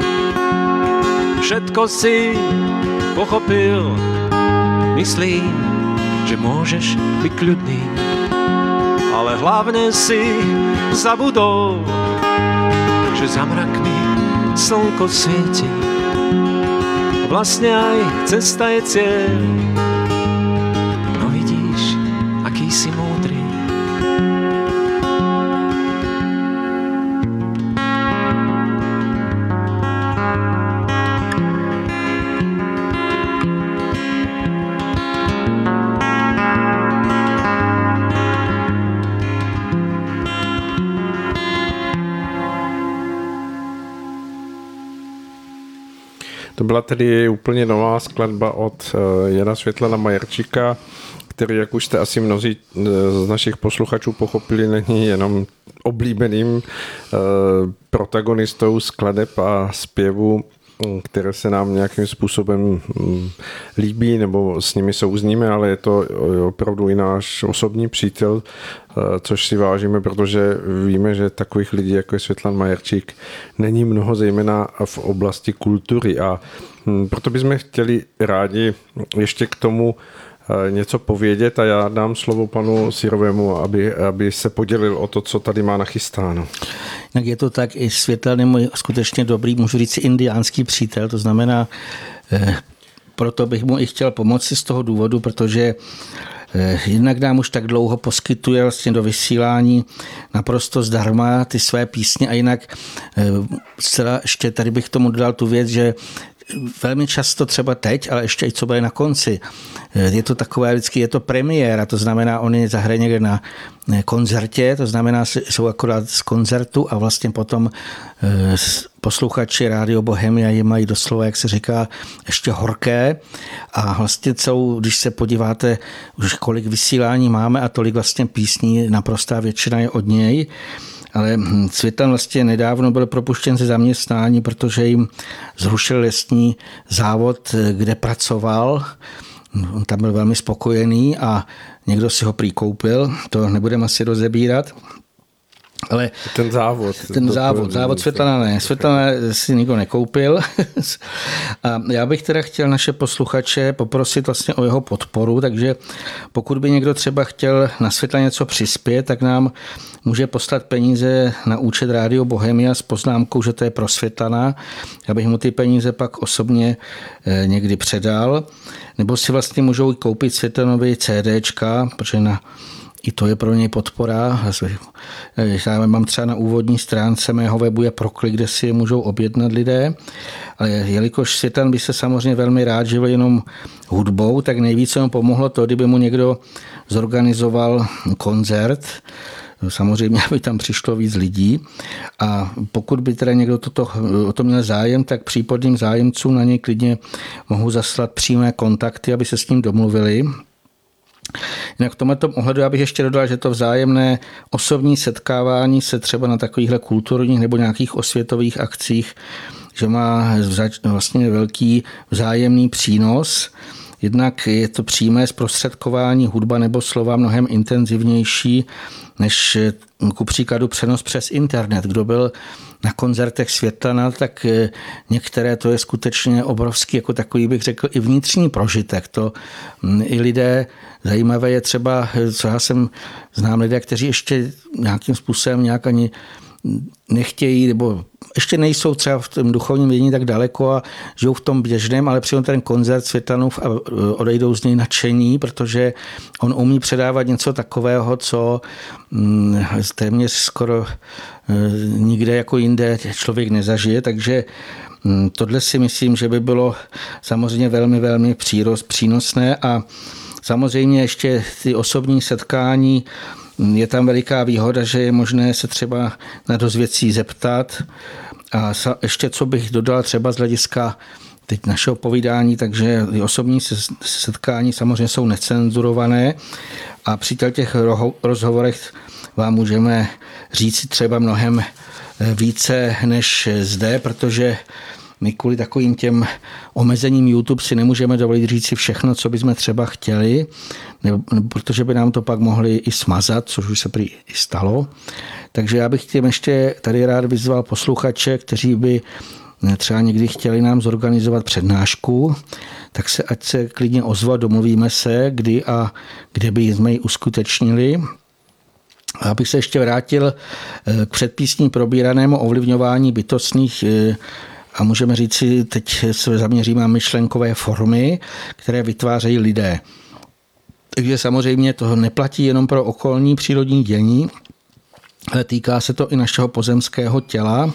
všetko si pochopil. Myslím, že môžeš byť kľudný, ale hlavne si zabudol, že za mrakmi slnko svieti. Vlastne aj cesta je cieľ. No vidíš, aký si múdry. To byla tedy úplně nová skladba od Jana Světlana Majerčíka, který, jak už jste asi mnozí z našich posluchačů pochopili, není jenom oblíbeným protagonistou skladeb a zpěvů, které se nám nějakým způsobem líbí nebo s nimi souzníme, ale je to opravdu i náš osobní přítel, což si vážíme, protože víme, že takových lidí, jako je Světlan Majerčík, není mnoho, zejména v oblasti kultury, a proto bychom chtěli rádi ještě k tomu něco povědět a já dám slovo panu Sírovému, aby, aby se podělil o to, co tady má nachystáno. Tak je to tak, i Světlan je můj skutečně dobrý, můžu říct, indiánský přítel, to znamená, eh, proto bych mu i chtěl pomoci z toho důvodu, protože eh, jednak nám už tak dlouho poskytuje vlastně do vysílání naprosto zdarma ty své písně a jinak eh, zcela ještě tady bych tomu dodal tu věc, že velmi často třeba teď, ale ještě i co bude na konci, je to takové, vždycky je to premiéra, to znamená, on je zahraje někde na koncertě, to znamená, jsou akorát z koncertu a vlastně potom posluchači Rádio Bohemia je mají doslova, jak se říká, ještě horké a vlastně celou, když se podíváte, už kolik vysílání máme a tolik vlastně písní, naprostá většina je od něj. Ale Světlan vlastně nedávno byl propuštěn ze zaměstnání, protože jim zrušil lesní závod, kde pracoval. On tam byl velmi spokojený a někdo si ho prý koupil, to nebudeme asi rozebírat. Ale ten závod. Ten závod, závod Světlana ne. Světlana si nikdo nekoupil. A já bych teda chtěl naše posluchače poprosit vlastně o jeho podporu, takže pokud by někdo třeba chtěl na Světlana něco přispět, tak nám může poslat peníze na účet Rádio Bohemia s poznámkou, že to je pro Světlana. Já bych mu ty peníze pak osobně někdy předal. Nebo si vlastně můžou koupit Světlanovi CDčka, protože na i to je pro něj podpora. Já mám třeba na úvodní stránce mého webu je Proklik, kde si je můžou objednat lidé. Ale jelikož Světlan by se samozřejmě velmi rád živil jenom hudbou, tak nejvíce mu pomohlo to, kdyby mu někdo zorganizoval koncert. Samozřejmě, aby tam přišlo víc lidí. A pokud by teda někdo toto, o to měl zájem, tak případným zájemcům na něj klidně mohou zaslat přímé kontakty, aby se s ním domluvili. Jinak v tomto ohledu já bych ještě dodal, že to vzájemné osobní setkávání se třeba na takovýchhle kulturních nebo nějakých osvětových akcích, že má vlastně velký vzájemný přínos. Jednak je to přímé zprostředkování, hudba nebo slova mnohem intenzivnější než ku příkladu přenos přes internet. Kdo byl na koncertech Světlana, tak některé to je skutečně obrovský, jako takový bych řekl, i vnitřní prožitek. To i lidé, zajímavé je třeba, co já jsem znám lidé, kteří ještě nějakým způsobem nějak ani nechtějí, nebo ještě nejsou třeba v tom duchovním vědění tak daleko a žijou v tom běžném, ale přijde ten koncert Světlanův a odejdou z něj nadšení, protože on umí předávat něco takového, co téměř skoro nikde jako jinde člověk nezažije, takže tohle si myslím, že by bylo samozřejmě velmi, velmi přínosné a samozřejmě ještě ty osobní setkání, je tam veliká výhoda, že je možné se třeba na dost věcí zeptat. A ještě co bych dodal třeba z hlediska teď našeho povídání, takže ty osobní setkání samozřejmě jsou necenzurované a při těch rozhovorech vám můžeme říct třeba mnohem více než zde, protože my kvůli takovým těm omezením YouTube si nemůžeme dovolit říct si všechno, co bychom třeba chtěli, nebo, protože by nám to pak mohli i smazat, což už se prý i stalo. Takže já bych tím ještě tady rád vyzval posluchače, kteří by třeba někdy chtěli nám zorganizovat přednášku, tak se ať se klidně ozvat, domluvíme se, kdy a kde by jsme ji uskutečnili. Abych se ještě vrátil k předpísní probíranému ovlivňování bytostných a můžeme říct si, teď se zaměříme na myšlenkové formy, které vytvářejí lidé. Takže samozřejmě to neplatí jenom pro okolní přírodní dění, ale týká se to i našeho pozemského těla.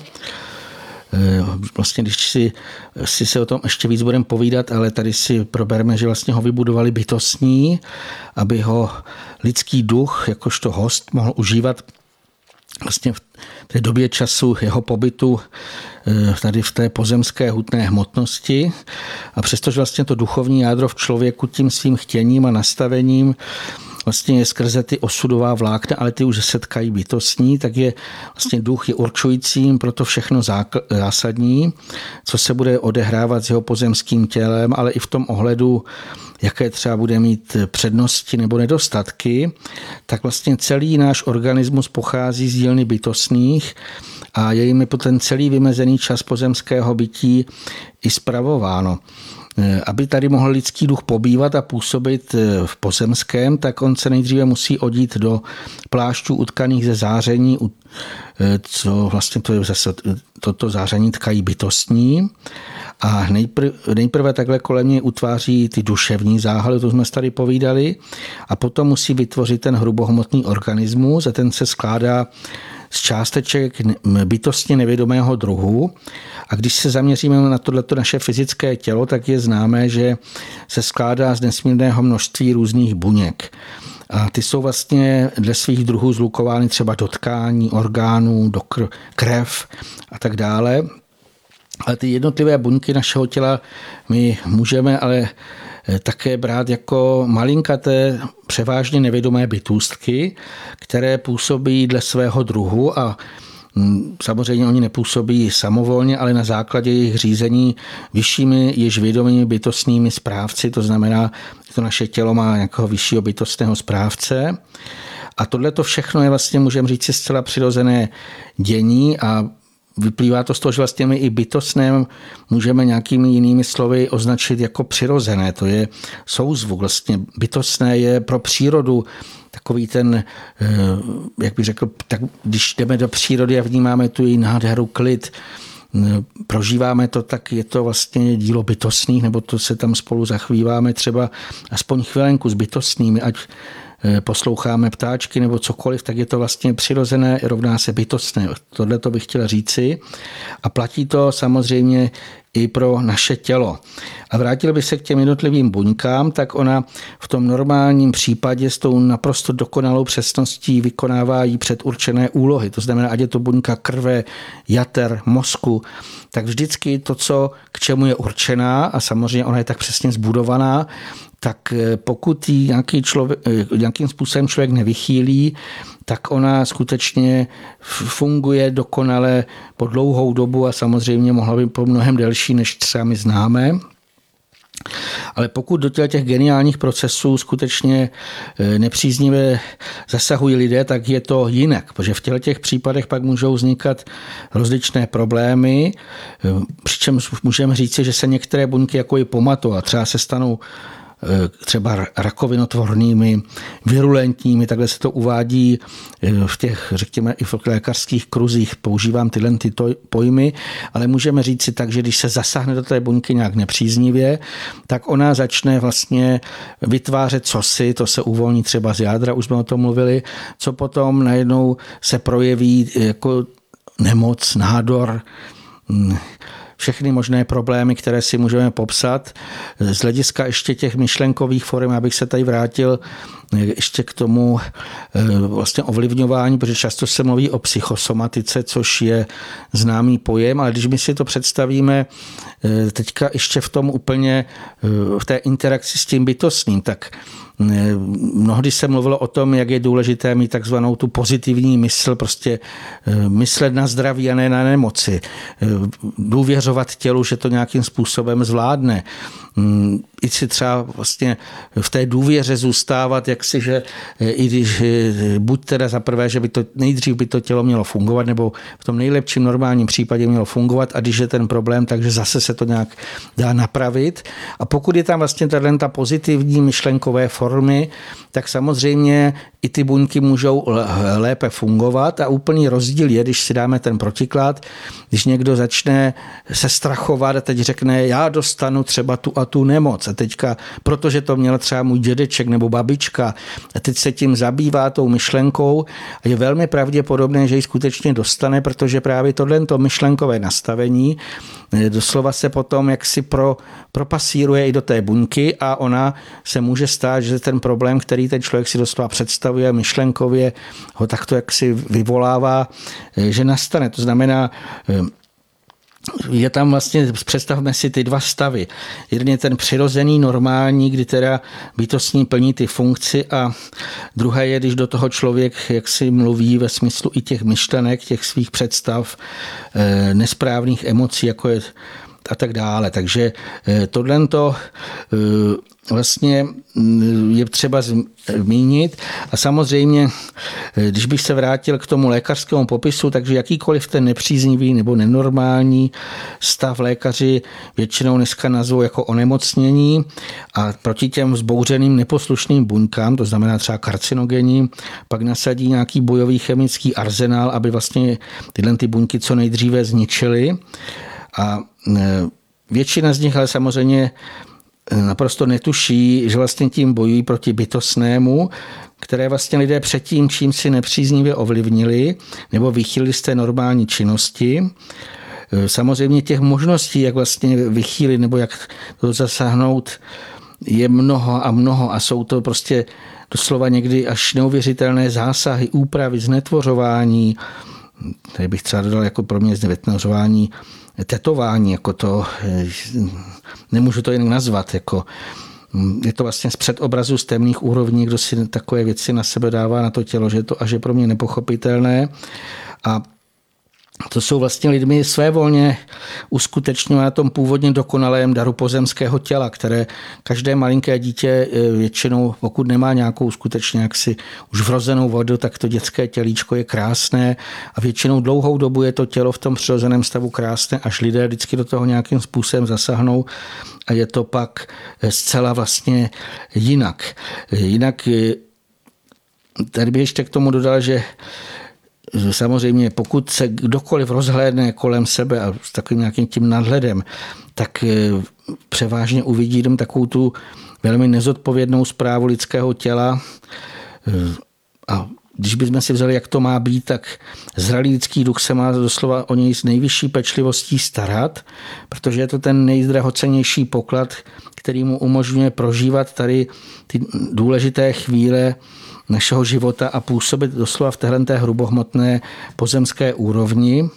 Vlastně, když si, si se o tom ještě víc budeme povídat, ale tady si probereme, že vlastně ho vybudovali bytostní, aby ho lidský duch, jakožto host, mohl užívat vlastně v té době času jeho pobytu tady v té pozemské hutné hmotnosti. A přestože vlastně to duchovní jádro v člověku tím svým chtěním a nastavením vlastně je skrze ty osudová vlákna, ale ty už setkají bytostní, tak je vlastně duch je určujícím pro to všechno zásadní, co se bude odehrávat s jeho pozemským tělem, ale i v tom ohledu, jaké třeba bude mít přednosti nebo nedostatky, tak vlastně celý náš organismus pochází z dílny bytostných a je jimi ten celý vymezený čas pozemského bytí i spravováno. Aby tady mohl lidský duch pobývat a působit v pozemském, tak on se nejdříve musí odít do plášťů utkaných ze záření, co vlastně to je zase toto záření tkají bytostní. A nejprve, nejprve takhle kolem něj utváří ty duševní záhaly, to jsme tady povídali, a potom musí vytvořit ten hrubohmotný organismus a ten se skládá z částeček bytostně nevědomého druhu. A když se zaměříme na tohleto naše fyzické tělo, tak je známé, že se skládá z nesmírného množství různých buněk. A ty jsou vlastně dle svých druhů zlukovány třeba do tkání, orgánů, do krev a tak dále. Ale ty jednotlivé buňky našeho těla my můžeme ale také brát jako malinkaté, převážně nevědomé bytůstky, které působí dle svého druhu a samozřejmě oni nepůsobí samovolně, ale na základě jejich řízení vyššími, již vědomými bytostnými správci, to znamená, že to naše tělo má nějakého vyššího bytostného správce. A tohle to všechno je vlastně, můžeme říct, zcela přirozené dění a vyplývá to z toho, že vlastně my i bytostném můžeme nějakými jinými slovy označit jako přirozené. To je souzvuk. Vlastně bytostné je pro přírodu takový ten, jak bych řekl, tak když jdeme do přírody a vnímáme tu její nádheru, klid, prožíváme to, tak je to vlastně dílo bytostných, nebo to se tam spolu zachvíváme třeba aspoň chvilenku s bytostnými, ať posloucháme ptáčky nebo cokoliv, tak je to vlastně přirozené, rovná se bytostné. Tohle to bych chtěl říci. A platí to samozřejmě i pro naše tělo. A vrátil bych se k těm jednotlivým buňkám, tak ona v tom normálním případě s tou naprosto dokonalou přesností vykonává jí předurčené úlohy. To znamená, ať je to buňka krve, jater, mozku, tak vždycky to, co k čemu je určená, a samozřejmě ona je tak přesně zbudovaná, tak pokud ji nějaký člověk, nějakým způsobem člověk nevychýlí, tak ona skutečně funguje dokonale po dlouhou dobu a samozřejmě mohla by po mnohem delší, než třeba my známe. Ale pokud do těch geniálních procesů skutečně nepříznivě zasahují lidé, tak je to jinak, protože v těch případech pak můžou vznikat rozličné problémy, přičemž můžeme říct, že se některé buňky jako i pamatou a třeba se stanou třeba rakovinotvornými, virulentními, takhle se to uvádí v těch, řekněme, i v lékařských kruzích, používám tyhle ty pojmy, ale můžeme říct si tak, že když se zasáhne do té buňky nějak nepříznivě, tak ona začne vlastně vytvářet cosi, to se uvolní třeba z jádra, už jsme o tom mluvili, co potom najednou se projeví jako nemoc, nádor, všechny možné problémy, které si můžeme popsat. Z hlediska ještě těch myšlenkových forem, abych se tady vrátil ještě k tomu vlastně ovlivňování, protože často se mluví o psychosomatice, což je známý pojem, ale když my si to představíme teďka ještě v tom úplně v té interakci s tím bytostným, tak mnohdy se mluvilo o tom, jak je důležité mít takzvanou tu pozitivní mysl, prostě myslet na zdraví a ne na nemoci. Důvěřovat tělu, že to nějakým způsobem zvládne. I si třeba vlastně v té důvěře zůstávat, jak si, že i když buď teda za prvé, že by to nejdřív by to tělo mělo fungovat, nebo v tom nejlepším normálním případě mělo fungovat a když je ten problém, takže zase se to nějak dá napravit. A pokud je tam vlastně ta pozitivní myšlenkové formy, tak samozřejmě i ty buňky můžou lépe fungovat a úplný rozdíl je, když si dáme ten protiklad, když někdo začne se strachovat a teď řekne, já dostanu třeba tu a tu nemoc a teďka, protože to měl třeba můj dědeček nebo babička a teď se tím zabývá tou myšlenkou a je velmi pravděpodobné, že ji skutečně dostane, protože právě tohle myšlenkové nastavení doslova se potom jaksi pro, propasíruje i do té buňky a ona se může stát, že ten problém, který ten člověk si doslova představuje myšlenkově, ho takto jaksi vyvolává, že nastane. To znamená, je tam vlastně, představme si ty dva stavy. Jeden je ten přirozený, normální, kdy teda bytostní plní ty funkci a druhé je, když do toho člověk jaksi mluví ve smyslu i těch myšlenek, těch svých představ, nesprávných emocí, jako je a tak dále. Takže tohle to vlastně je třeba zmínit a samozřejmě, když bych se vrátil k tomu lékařskému popisu, takže jakýkoliv ten nepříznivý nebo nenormální stav lékaři většinou dneska nazvou jako onemocnění a proti těm vzbouřeným neposlušným buňkám, to znamená třeba karcinogenním, pak nasadí nějaký bojový chemický arzenál, aby vlastně tyhle ty buňky co nejdříve zničily. A většina z nich ale samozřejmě naprosto netuší, že vlastně tím bojují proti bytostnému, které vlastně lidé předtím čím si nepříznivě ovlivnili nebo vychýlili z té normální činnosti. Samozřejmě těch možností, jak vlastně vychýlit nebo jak to zasáhnout, je mnoho a mnoho a jsou to prostě doslova někdy až neuvěřitelné zásahy, úpravy, znetvořování. Tady bych třeba dodal jako pro mě znetvořování, tetování, jako to, nemůžu to jinak nazvat, jako je to vlastně z předobrazu z temných úrovní, kdo si takové věci na sebe dává na to tělo, že je to až je pro mě nepochopitelné a to jsou vlastně lidmi svévolně uskutečňují na tom původně dokonalém daru pozemského těla, které každé malinké dítě většinou, pokud nemá nějakou skutečně jaksi už vrozenou vodu, tak to dětské tělíčko je krásné a většinou dlouhou dobu je to tělo v tom přirozeném stavu krásné, až lidé vždycky do toho nějakým způsobem zasáhnou a je to pak zcela vlastně jinak. Jinak tady bych ještě k tomu dodal, že samozřejmě pokud se kdokoliv rozhlédne kolem sebe a s takovým nějakým tím nadhledem, tak převážně uvidí jenom takovou tu velmi nezodpovědnou správu lidského těla a když bychom si vzali, jak to má být, tak zralý lidský duch se má doslova o něj s nejvyšší pečlivostí starat, protože je to ten nejdrahocennější poklad, který mu umožňuje prožívat tady ty důležité chvíle našeho života a působit doslova v téhleté hrubohmotné pozemské úrovni.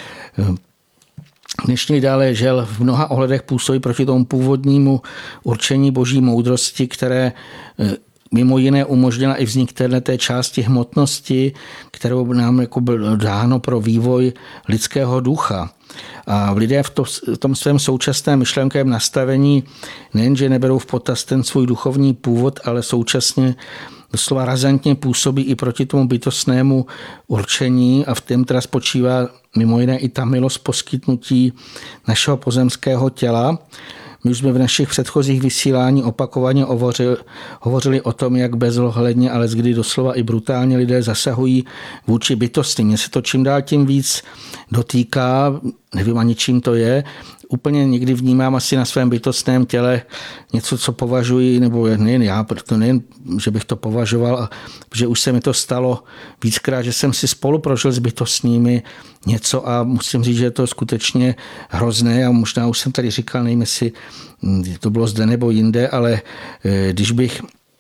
Dnešní dále žel v mnoha ohledech působí proti tomu původnímu určení boží moudrosti, které mimo jiné umožnila i vznik této části hmotnosti, kterou nám jako bylo dáno pro vývoj lidského ducha. A lidé v, to, v tom svém současném myšlenkovém nastavení nejenže neberou v potaz ten svůj duchovní původ, ale současně doslova razantně působí i proti tomu bytostnému určení a v tom teda spočívá mimo jiné i ta milost poskytnutí našeho pozemského těla. My už jsme v našich předchozích vysílání opakovaně hovořili, hovořili o tom, jak bezohledně, ale kdy doslova i brutálně lidé zasahují vůči bytostným. Mně se to čím dál tím víc dotýká, nevím ani čím to je, úplně někdy vnímám asi na svém bytostném těle něco, co považuji, nebo nejen já, proto nejen, že bych to považoval, že už se mi to stalo víckrát, že jsem si spolu prožil s bytostnými něco a musím říct, že je to skutečně hrozné a možná už jsem tady říkal, nevím, jestli to bylo zde nebo jinde, ale když bych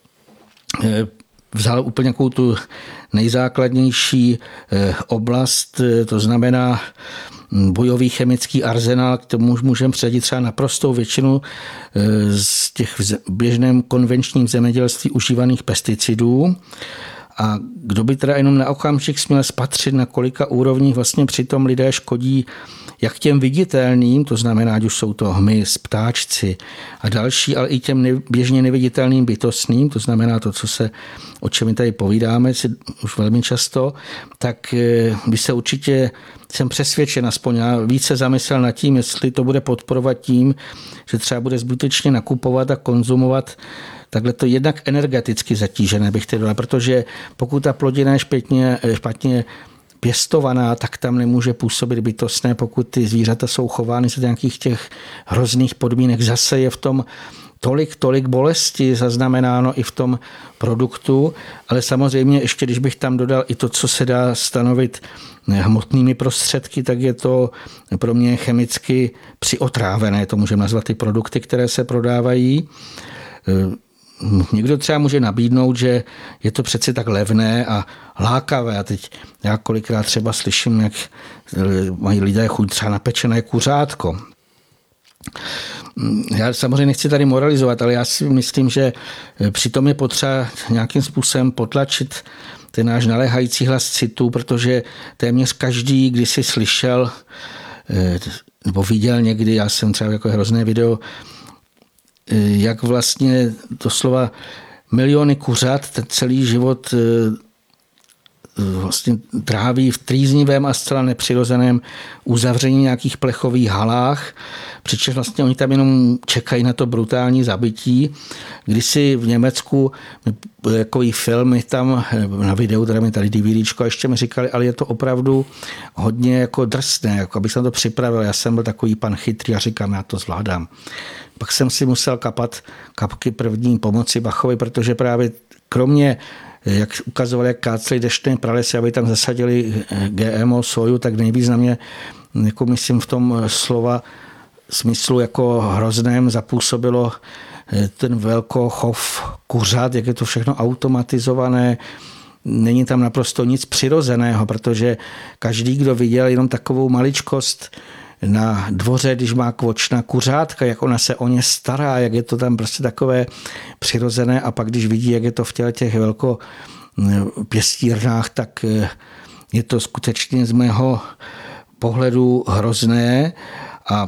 vzal úplně nějakou tu nejzákladnější oblast, to znamená bojový chemický arzenál, k tomu můžeme předit třeba naprostou většinu z těch v běžném konvenčním zemědělství užívaných pesticidů. A kdo by teda jenom na okamžik směl spatřit, na kolika úrovních vlastně přitom lidé škodí jak těm viditelným, to znamená, ať už jsou to hmyz, ptáčci a další, ale i těm běžně neviditelným bytostným, to znamená to, co se, o čem my tady povídáme si už velmi často, tak by se určitě, jsem přesvědčen, aspoň já více zamyslel nad tím, jestli to bude podporovat tím, že třeba bude zbytečně nakupovat a konzumovat takhle to jednak energeticky zatížené, bych tedy dala, protože pokud ta plodina je špatně, špatně pěstovaná, tak tam nemůže působit bytostné, pokud ty zvířata jsou chovány za nějakých těch hrozných podmínek. Zase je v tom tolik, tolik bolesti zaznamenáno i v tom produktu, ale samozřejmě ještě, když bych tam dodal i to, co se dá stanovit hmotnými prostředky, tak je to pro mě chemicky přiotrávené, to můžeme nazvat ty produkty, které se prodávají. Někdo třeba může nabídnout, že je to přeci tak levné a lákavé. A teď já kolikrát třeba slyším, jak mají lidé chuť třeba na pečené kuřátko. Já samozřejmě nechci tady moralizovat, ale já si myslím, že přitom je potřeba nějakým způsobem potlačit ten náš naléhající hlas citu, protože téměř každý, když si slyšel nebo viděl někdy, já jsem třeba jako hrozné video, jak vlastně doslova miliony kuřat ten celý život vlastně tráví v trýznivém a zcela nepřirozeném uzavření nějakých plechových halách, přičemž vlastně oni tam jenom čekají na to brutální zabití. Kdysi v Německu takový film tam na videu, teda mi tady DVDčko, a ještě mi říkali, ale je to opravdu hodně jako drsné, jako abych se na to připravil. Já jsem byl takový pan chytrý a říkám, já to zvládám. Pak jsem si musel kapat kapky první pomoci Bachovi, protože právě kromě, jak ukazovali, jak káceli deštné pralesy, aby tam zasadili G M O soju, tak nejvíc na mě, jako myslím v tom slova smyslu jako hrozném zapůsobilo ten velkochov kuřat, jak je to všechno automatizované. Není tam naprosto nic přirozeného, protože každý, kdo viděl jenom takovou maličkost na dvoře, když má kvočna kuřátka, jak ona se o ně stará, jak je to tam prostě takové přirozené, a pak když vidí, jak je to v těle těch velkopěstírnách, tak je to skutečně z mého pohledu hrozné a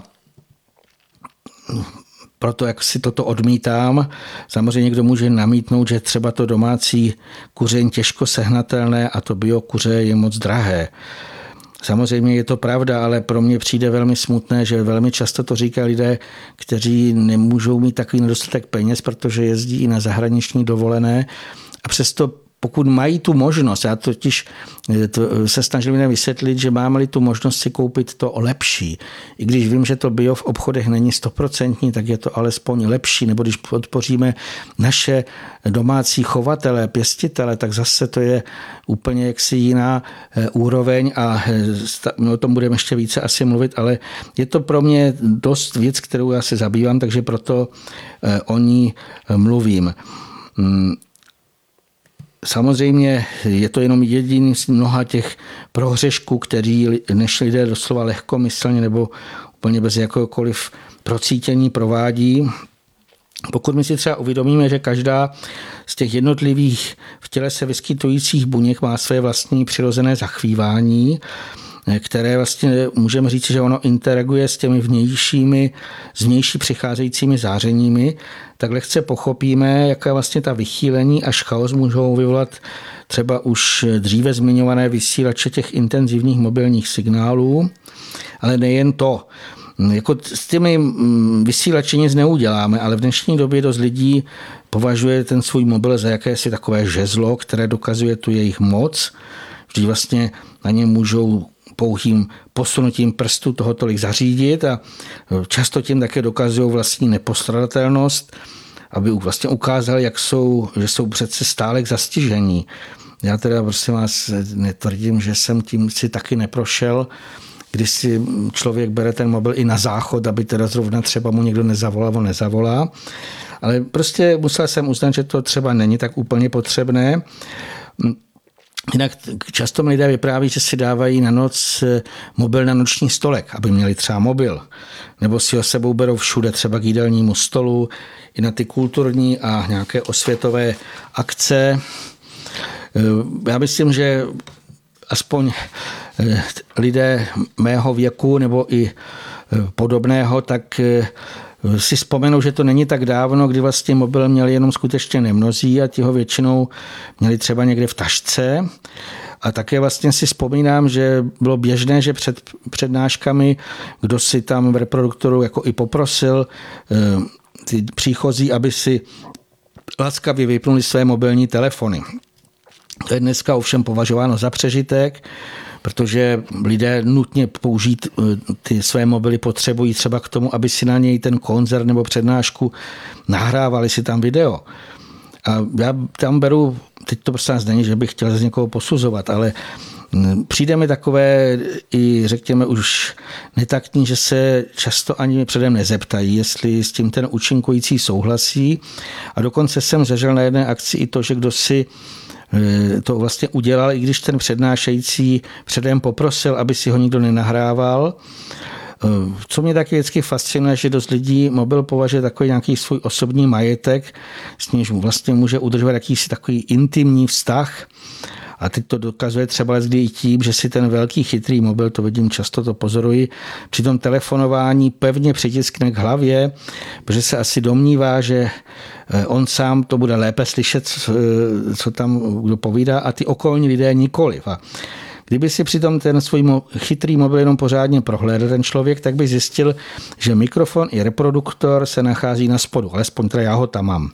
proto, jak si toto odmítám, samozřejmě někdo může namítnout, že třeba to domácí kuření těžko sehnatelné a to biokuře je moc drahé. Samozřejmě je to pravda, ale pro mě přijde velmi smutné, že velmi často to říkají lidé, kteří nemůžou mít takový nedostatek peněz, protože jezdí i na zahraniční dovolené a přesto pokud mají tu možnost, já totiž se snažím vysvětlit, že máme-li tu možnost si koupit to lepší. I když vím, že to bio v obchodech není stoprocentní, tak je to alespoň lepší, nebo když podpoříme naše domácí chovatele, pěstitele, tak zase to je úplně jaksi jiná úroveň a my o tom budeme ještě více asi mluvit, ale je to pro mě dost věc, kterou já se zabývám, takže proto o ní mluvím. Samozřejmě je to jenom jediný z mnoha těch prohřešků, který dnešní lidé doslova lehkomyslně nebo úplně bez jakéhokoliv procítění provádí. Pokud my si třeba uvědomíme, že každá z těch jednotlivých v těle se vyskytujících buněk má své vlastní přirozené zachvívání, které vlastně můžeme říct, že ono interaguje s těmi vnějšími, z vnější přicházejícími zářeními, tak lehce pochopíme, jaká vlastně ta vychýlení až chaos můžou vyvolat třeba už dříve zmiňované vysílače těch intenzivních mobilních signálů, ale nejen to. Jako s těmi vysílači nic neuděláme, ale v dnešní době dost lidí považuje ten svůj mobil za jakési takové žezlo, které dokazuje tu jejich moc. Vždyť vlastně na ně můžou pouhým posunutím prstu toho tolik zařídit a často tím také dokazují vlastní nepostradatelnost, aby vlastně ukázali, jak jsou, že jsou přece stále k zastižení. Já teda prosím vás netvrdím, že jsem tím si taky neprošel, když si člověk bere ten mobil i na záchod, aby teda zrovna třeba mu někdo nezavolal nebo nezavolá. Ale prostě musel jsem uznat, že to třeba není tak úplně potřebné. Jinak často mi lidé vypráví, že si dávají na noc mobil na noční stolek, aby měli třeba mobil. Nebo si ho sebou berou všude, třeba k jídelnímu stolu, i na ty kulturní a nějaké osvětové akce. Já myslím, že aspoň lidé mého věku nebo i podobného, tak si vzpomenou, že to není tak dávno, kdy vlastně mobil měli jenom skutečně nemnozí a ti ho většinou měli třeba někde v tašce. A také vlastně si vzpomínám, že bylo běžné, že před přednáškami, kdo si tam v reproduktoru jako i poprosil ty příchozí, aby si laskavě vypnuli své mobilní telefony. To je dneska ovšem považováno za přežitek, protože lidé nutně použít ty své mobily potřebují třeba k tomu, aby si na něj ten koncert nebo přednášku nahrávali si tam video. A já tam beru, teď to prostě není, že bych chtěl z někoho posuzovat, ale přijde mi takové i řekněme už netaktní, že se často ani předem nezeptají, jestli s tím ten účinkující souhlasí. A dokonce jsem zažil na jedné akci i to, že kdo si to vlastně udělal, i když ten přednášející předem poprosil, aby si ho nikdo nenahrával. Co mě taky vždycky fascinuje, že dost lidí mobil považuje takový nějaký svůj osobní majetek, s nímž vlastně může udržovat jakýsi takový intimní vztah. A teď to dokazuje třeba kdy i tím, že si ten velký chytrý mobil, to vidím často, to pozoruji, při tom telefonování pevně přitiskne k hlavě, protože se asi domnívá, že on sám to bude lépe slyšet, co tam kdo povídá, a ty okolní lidé nikoliv. A kdyby si přitom ten svůj chytrý mobil jenom pořádně prohlédl ten člověk, tak by zjistil, že mikrofon i reproduktor se nachází na spodu, alespoň teda já ho tam mám.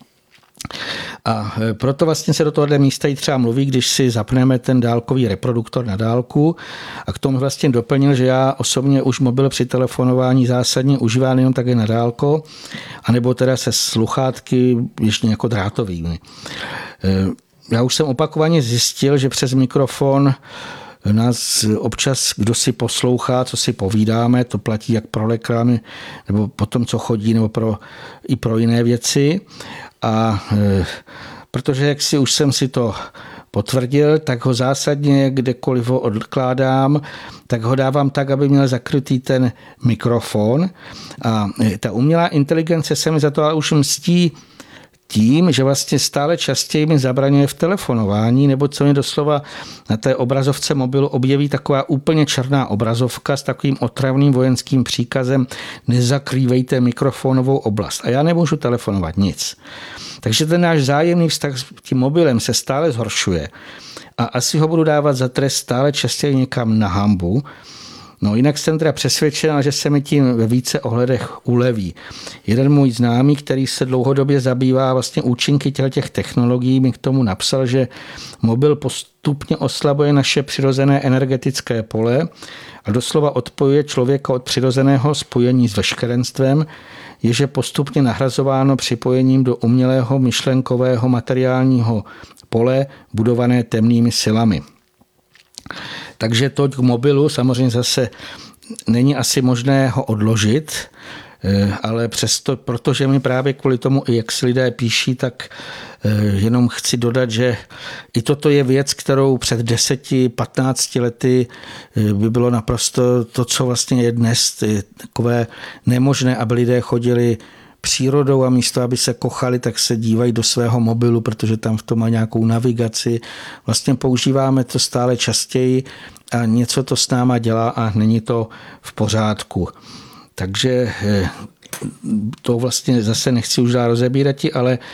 A proto vlastně se do tohohle místa i třeba mluví, když si zapneme ten dálkový reproduktor na dálku, a k tomu vlastně doplnil, že já osobně už mobil při telefonování zásadně užívám jenom také na dálko, anebo teda se sluchátky ještě jako drátovými. Já už jsem opakovaně zjistil, že přes mikrofon nás občas, kdo si poslouchá, co si povídáme, to platí jak pro reklamy, nebo po tom, co chodí, nebo pro, i pro jiné věci. A e, protože jak si už jsem si to potvrdil, tak ho zásadně kdekoliv ho odkládám, tak ho dávám tak, aby měl zakrytý ten mikrofon. A ta umělá inteligence se mi za to ale už mstí tím, že vlastně stále častěji mi zabraňuje v telefonování, nebo co mi doslova na té obrazovce mobilu objeví taková úplně černá obrazovka s takovým otravným vojenským příkazem: nezakrývejte mikrofonovou oblast. A já nemůžu telefonovat nic. Takže ten náš vzájemný vztah s tím mobilem se stále zhoršuje a asi ho budu dávat za trest stále častěji někam na hanbu. No jinak jsem teda přesvědčen, že se mi tím ve více ohledech uleví. Jeden můj známý, který se dlouhodobě zabývá vlastně účinky těch technologií, mi k tomu napsal, že mobil postupně oslabuje naše přirozené energetické pole a doslova odpojuje člověka od přirozeného spojení s veškerenstvem, jež je postupně nahrazováno připojením do umělého myšlenkového materiálního pole budované temnými silami. Takže to k mobilu samozřejmě zase není asi možné ho odložit, ale přesto, protože mi právě kvůli tomu, jak si lidé píší, tak jenom chci dodat, že i toto je věc, kterou před deseti, patnácti lety by bylo naprosto to, co vlastně je dnes, je takové nemožné, aby lidé chodili přírodou a místo, aby se kochali, tak se dívají do svého mobilu, protože tam v tom má nějakou navigaci. Vlastně používáme to stále častěji a něco to s náma dělá a není to v pořádku. Takže to vlastně zase nechci už dál rozebírat, ale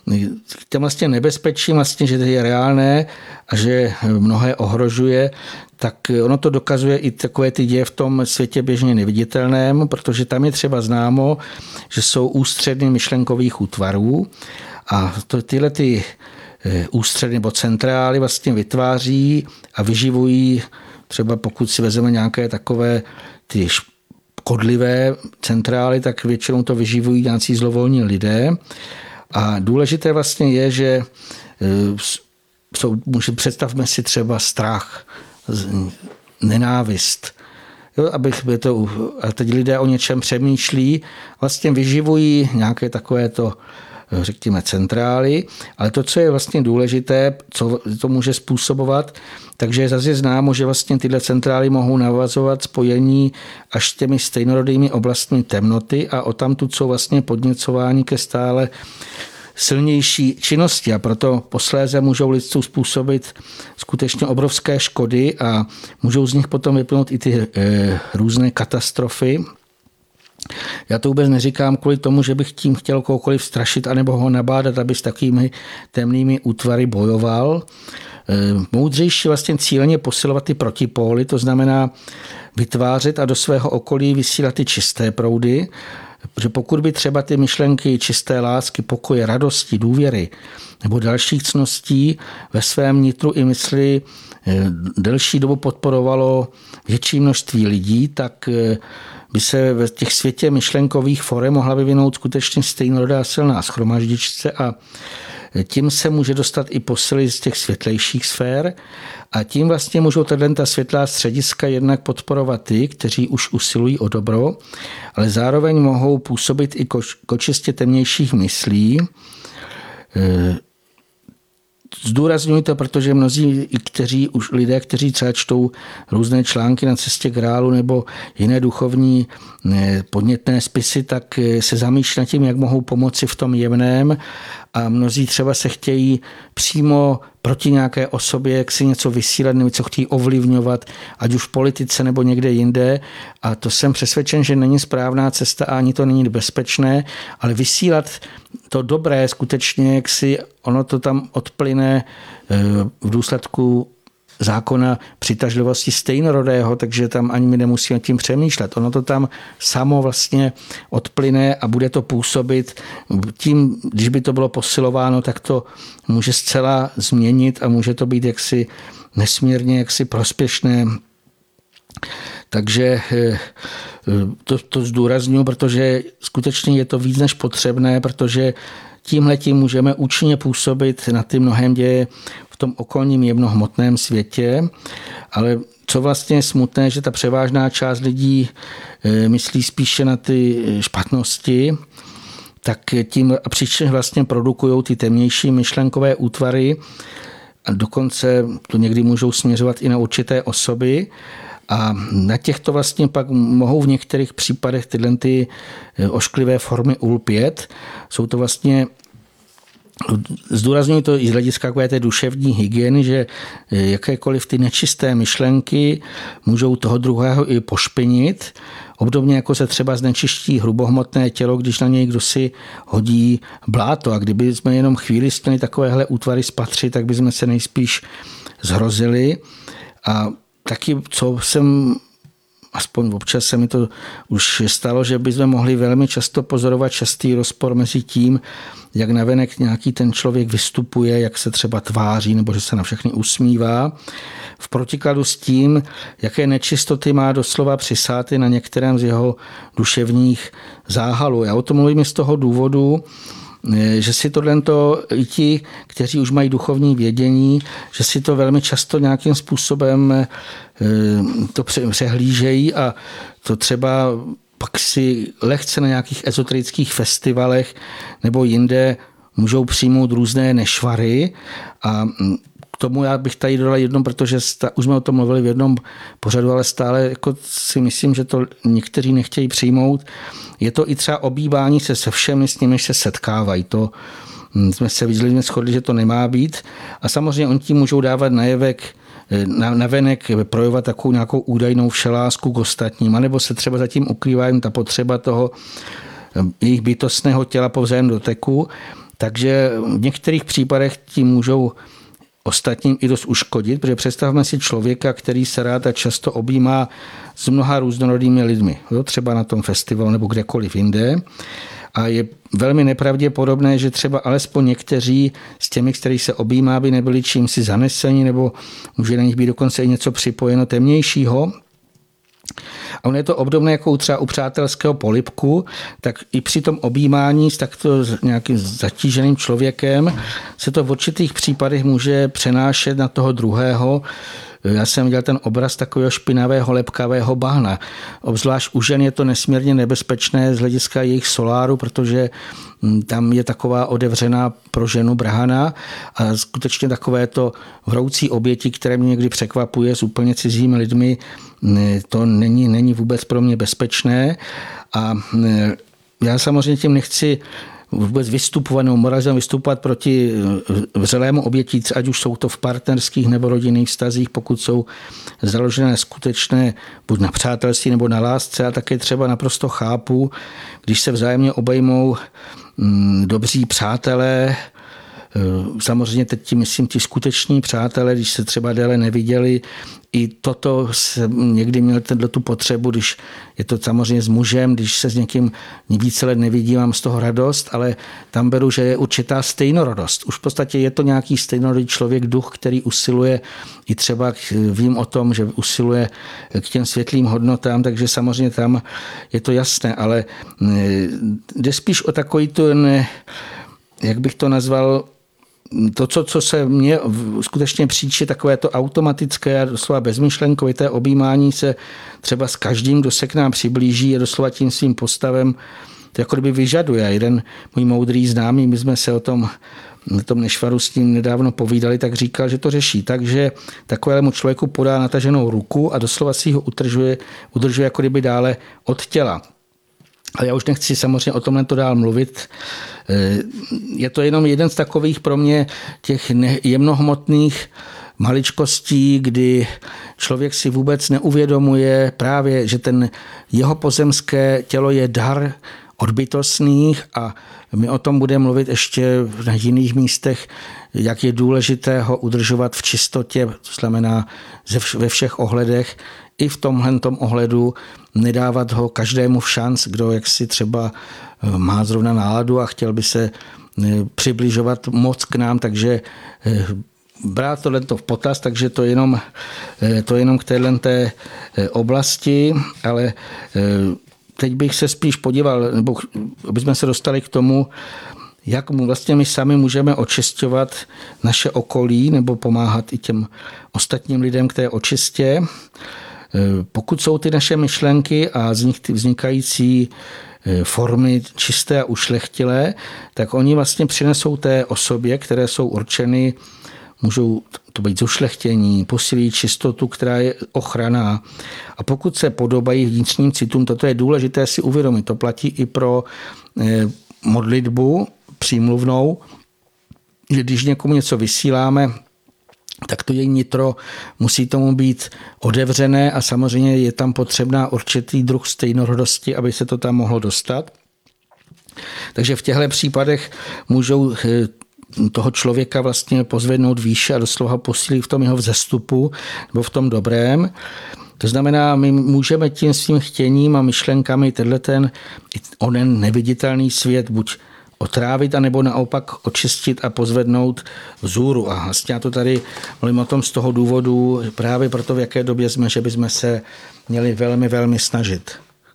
tam vlastně nebezpečí, vlastně, že to je reálné a že mnohé ohrožuje, tak ono to dokazuje i takové ty děje v tom světě běžně neviditelném, protože tam je třeba známo, že jsou ústředy myšlenkových útvarů a to, tyhle ty ústředy nebo centrály vlastně vytváří a vyživují, třeba pokud si vezmeme nějaké takové ty škodlivé centrály, tak většinou to vyživují nějací zlovolní lidé. A důležité vlastně je, že jsou, představme si třeba strach, nenávist. Jo, abych to, a teď lidé o něčem přemýšlí, vlastně vyživují nějaké takovéto, řekněme, centrály, ale to, co je vlastně důležité, co to může způsobovat, takže je zase známo, že vlastně tyhle centrály mohou navazovat spojení až s těmi stejnorodými oblastmi temnoty a odtamtud jsou vlastně podněcování ke stále silnější činnosti a proto posléze můžou lidstvu způsobit skutečně obrovské škody a můžou z nich potom vyplynout i ty e, různé katastrofy. Já to vůbec neříkám kvůli tomu, že bych tím chtěl kohokoliv strašit anebo ho nabádat, aby s takovými temnými útvary bojoval. Moudřejší vlastně cíleně posilovat ty protipóly, to znamená vytvářet a do svého okolí vysílat ty čisté proudy, protože pokud by třeba ty myšlenky čisté lásky, pokoje, radosti, důvěry nebo dalších cností ve svém nitru i mysli delší dobu podporovalo větší množství lidí, tak by se ve těch světě myšlenkových forem mohla vyvinout skutečně stejnorodá silná shromaždičce a tím se může dostat i posily z těch světlejších sfér a tím vlastně můžou ta světlá střediska jednak podporovat ty, kteří už usilují o dobro, ale zároveň mohou působit i k očistě temnějších myslí. Zdůrazňuji to, protože mnozí kteří, už lidé, kteří třeba čtou různé články na cestě grálu nebo jiné duchovní podnětné spisy, tak se zamýšlí nad tím, jak mohou pomoci v tom jemném a mnozí třeba se chtějí přímo proti nějaké osobě, jak si něco vysílat, nebo co chtějí ovlivňovat, ať už v politice nebo někde jinde. A to jsem přesvědčen, že není správná cesta a ani to není bezpečné, ale vysílat to dobré skutečně, jak si ono to tam odplyne v důsledku zákona přitažlivosti stejnorodého, takže tam ani my nemusíme tím přemýšlet. Ono to tam samo vlastně odplyne a bude to působit. Tím, když by to bylo posilováno, tak to může zcela změnit a může to být jaksi nesmírně jaksi prospěšné. Takže to, to zdůrazňuji, protože skutečně je to víc než potřebné, protože tímhletím můžeme účinně působit na ty mnohem děje v tom okolním jemnohmotném světě, ale co vlastně je smutné, že ta převážná část lidí myslí spíše na ty špatnosti, tak tím a přičemž vlastně produkují ty temnější myšlenkové útvary a dokonce to někdy můžou směřovat i na určité osoby. A na těchto vlastně pak mohou v některých případech tyhle ty ošklivé formy ulpět. Jsou to vlastně, zdůrazňuji to i z hlediska takové té duševní hygieny, že jakékoliv ty nečisté myšlenky můžou toho druhého i pošpinit. Obdobně jako se třeba znečiští hrubohmotné tělo, když na něj kdo si hodí bláto. A kdyby jsme jenom chvíli směli takovéhle útvary spatřit, tak bychom se nejspíš zhrozili. A taky, co jsem, aspoň občas se mi to už stalo, že bychom mohli velmi často pozorovat častý rozpor mezi tím, jak navenek nějaký ten člověk vystupuje, jak se třeba tváří, nebo že se na všechny usmívá. V protikladu s tím, jaké nečistoty má doslova přisáty na některém z jeho duševních záhalů. Já o tom mluvím z toho důvodu, že si tohle i ti, kteří už mají duchovní vědění, že si to velmi často nějakým způsobem to přehlížejí a to třeba pak si lehce na nějakých ezoterických festivalech nebo jinde můžou přijmout různé nešvary a k tomu já bych tady dodal jedno, protože sta, už jsme o tom mluvili v jednom pořadu, ale stále jako si myslím, že to někteří nechtějí přijmout. Je to i třeba obývání se se všemi, s nimiž se setkávají. To jsme se vyzli, shodli, že to nemá být. A samozřejmě oni tím můžou dávat najevek, na, navenek projevovat takovou nějakou údajnou všelásku k ostatním, anebo se třeba zatím ukrývá jen ta potřeba toho jejich bytostného těla po vzájemném doteku. Takže v některých případech tím můžou ostatním i dost uškodit, protože představme si člověka, který se rád a často objímá s mnoha různorodými lidmi, jo, třeba na tom festivalu nebo kdekoliv jinde. A je velmi nepravděpodobné, že třeba alespoň někteří z těmi, kterých se objímá, by nebyli čímsi zaneseni, nebo může na nich být dokonce i něco připojeno temnějšího. A ono je to obdobné jako třeba u přátelského polibku, tak i při tom objímání s takto nějakým zatíženým člověkem se to v určitých případech může přenášet na toho druhého. Já jsem viděl ten obraz takového špinavého, lepkavého bahna. Obzvlášť u žen je to nesmírně nebezpečné z hlediska jejich soláru, protože tam je taková otevřená pro ženu brhana a skutečně takové to hroucí oběti, které mě někdy překvapuje s úplně cizími lidmi, to není, není vůbec pro mě bezpečné. A já samozřejmě tím nechci vůbec vystupovat nebo morálně vystupovat proti vřelému obětí, ať už jsou to v partnerských nebo rodinných vztazích, pokud jsou založené skutečné buď na přátelství nebo na lásce, a také třeba naprosto chápu, když se vzájemně obejmou dobří přátelé, samozřejmě teď tím myslím ti skuteční přátelé, když se třeba déle neviděli, i toto jsem někdy měl tenhle tu potřebu, když je to samozřejmě s mužem, když se s někým více let nevidím, mám z toho radost, ale tam beru, že je určitá stejnorodost. Už v podstatě je to nějaký stejnorodý člověk, duch, který usiluje, i třeba vím o tom, že usiluje k těm světlým hodnotám, takže samozřejmě tam je to jasné, ale jde spíš o takový ten, jak bych to nazval, to, co, co se mně skutečně příčí, takové to automatické a doslova bezmyšlenkovité objímání se třeba s každým, kdo se k nám přiblíží a doslova tím svým postavem to jako kdyby vyžaduje. Jeden můj moudrý známý, my jsme se o tom na tom nešvaru s ním nedávno povídali, tak říkal, že to řeší tak, že takovému člověku podá nataženou ruku a doslova si ho udržuje, udržuje jako kdyby dále od těla. Ale já už nechci samozřejmě o tomhle to dál mluvit. Je to jenom jeden z takových pro mě těch jemnohmotných maličkostí, kdy člověk si vůbec neuvědomuje právě, že ten jeho pozemské tělo je dar od bytostných a my o tom budeme mluvit ještě na jiných místech, jak je důležité ho udržovat v čistotě, to znamená ve všech ohledech, i v tomhle ohledu nedávat ho každému v šanc, kdo jaksi třeba má zrovna náladu a chtěl by se přibližovat moc k nám, takže brát tohleto v potaz, takže to jenom, to jenom k téhle oblasti, ale teď bych se spíš podíval, nebo abychom se dostali k tomu, jak vlastně my sami můžeme očisťovat naše okolí nebo pomáhat i těm ostatním lidem k té očistě. Pokud jsou ty naše myšlenky a z nich ty vznikající formy čisté a ušlechtilé, tak oni vlastně přinesou té osobě, které jsou určeny, můžou to být zušlechtění, posílí čistotu, která je ochranná. A pokud se podobají vnitřním citům, toto je důležité si uvědomit. To platí i pro modlitbu přímluvnou, že když někomu něco vysíláme, tak to její nitro musí tomu být otevřené a samozřejmě je tam potřebná určitý druh stejnorodosti, aby se to tam mohlo dostat. Takže v těchto případech můžou toho člověka vlastně pozvednout výše a doslova posílit v tom jeho vzestupu nebo v tom dobrém. To znamená, my můžeme tím svým chtěním a myšlenkami tenhle ten onen neviditelný svět buď otrávit, anebo naopak očistit a pozvednout vzůru. A vlastně já to tady mluvím o tom z toho důvodu, právě proto, v jaké době jsme, že bychom se měli velmi, velmi snažit.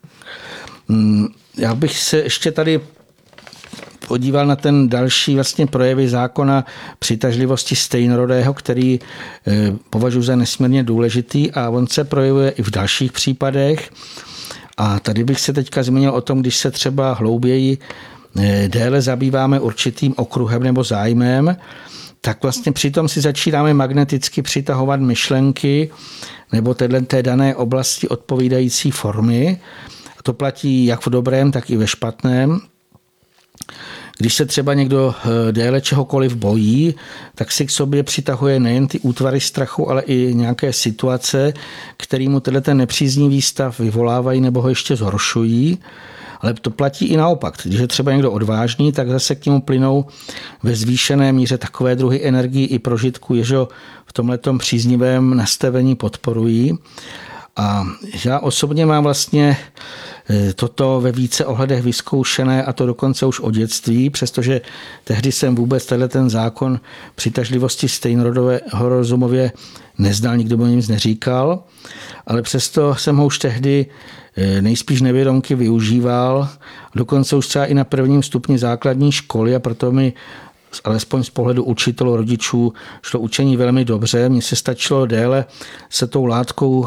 Já bych se ještě tady podíval na ten další vlastně projevy zákona přitažlivosti stejnorodého, který považuji za nesmírně důležitý a on se projevuje i v dalších případech. A tady bych se teďka zmínil o tom, když se třeba hlouběji déle zabýváme určitým okruhem nebo zájmem, tak vlastně přitom si začínáme magneticky přitahovat myšlenky nebo téhle té dané oblasti odpovídající formy. A to platí jak v dobrém, tak i ve špatném. Když se třeba někdo déle čehokoliv bojí, tak si k sobě přitahuje nejen ty útvary strachu, ale i nějaké situace, které mu tenhle ten nepříznivý stav vyvolávají nebo ho ještě zhoršují. Ale to platí i naopak. Když je třeba někdo odvážný, tak zase k němu plynou ve zvýšené míře takové druhy energií i prožitku, jež ho v tomhletom příznivém nastavení podporují. A já osobně mám vlastně toto ve více ohledech vyzkoušené, a to dokonce už od dětství, přestože tehdy jsem vůbec tenhle ten zákon přitažlivosti stejnorodového rozumově neznal, nikdo mi nic neříkal, ale přesto jsem ho už tehdy nejspíš nevědomky využíval, dokonce už třeba i na prvním stupni základní školy, a proto mi alespoň z pohledu učitelů, rodičů šlo učení velmi dobře. Mně se stačilo déle se tou látkou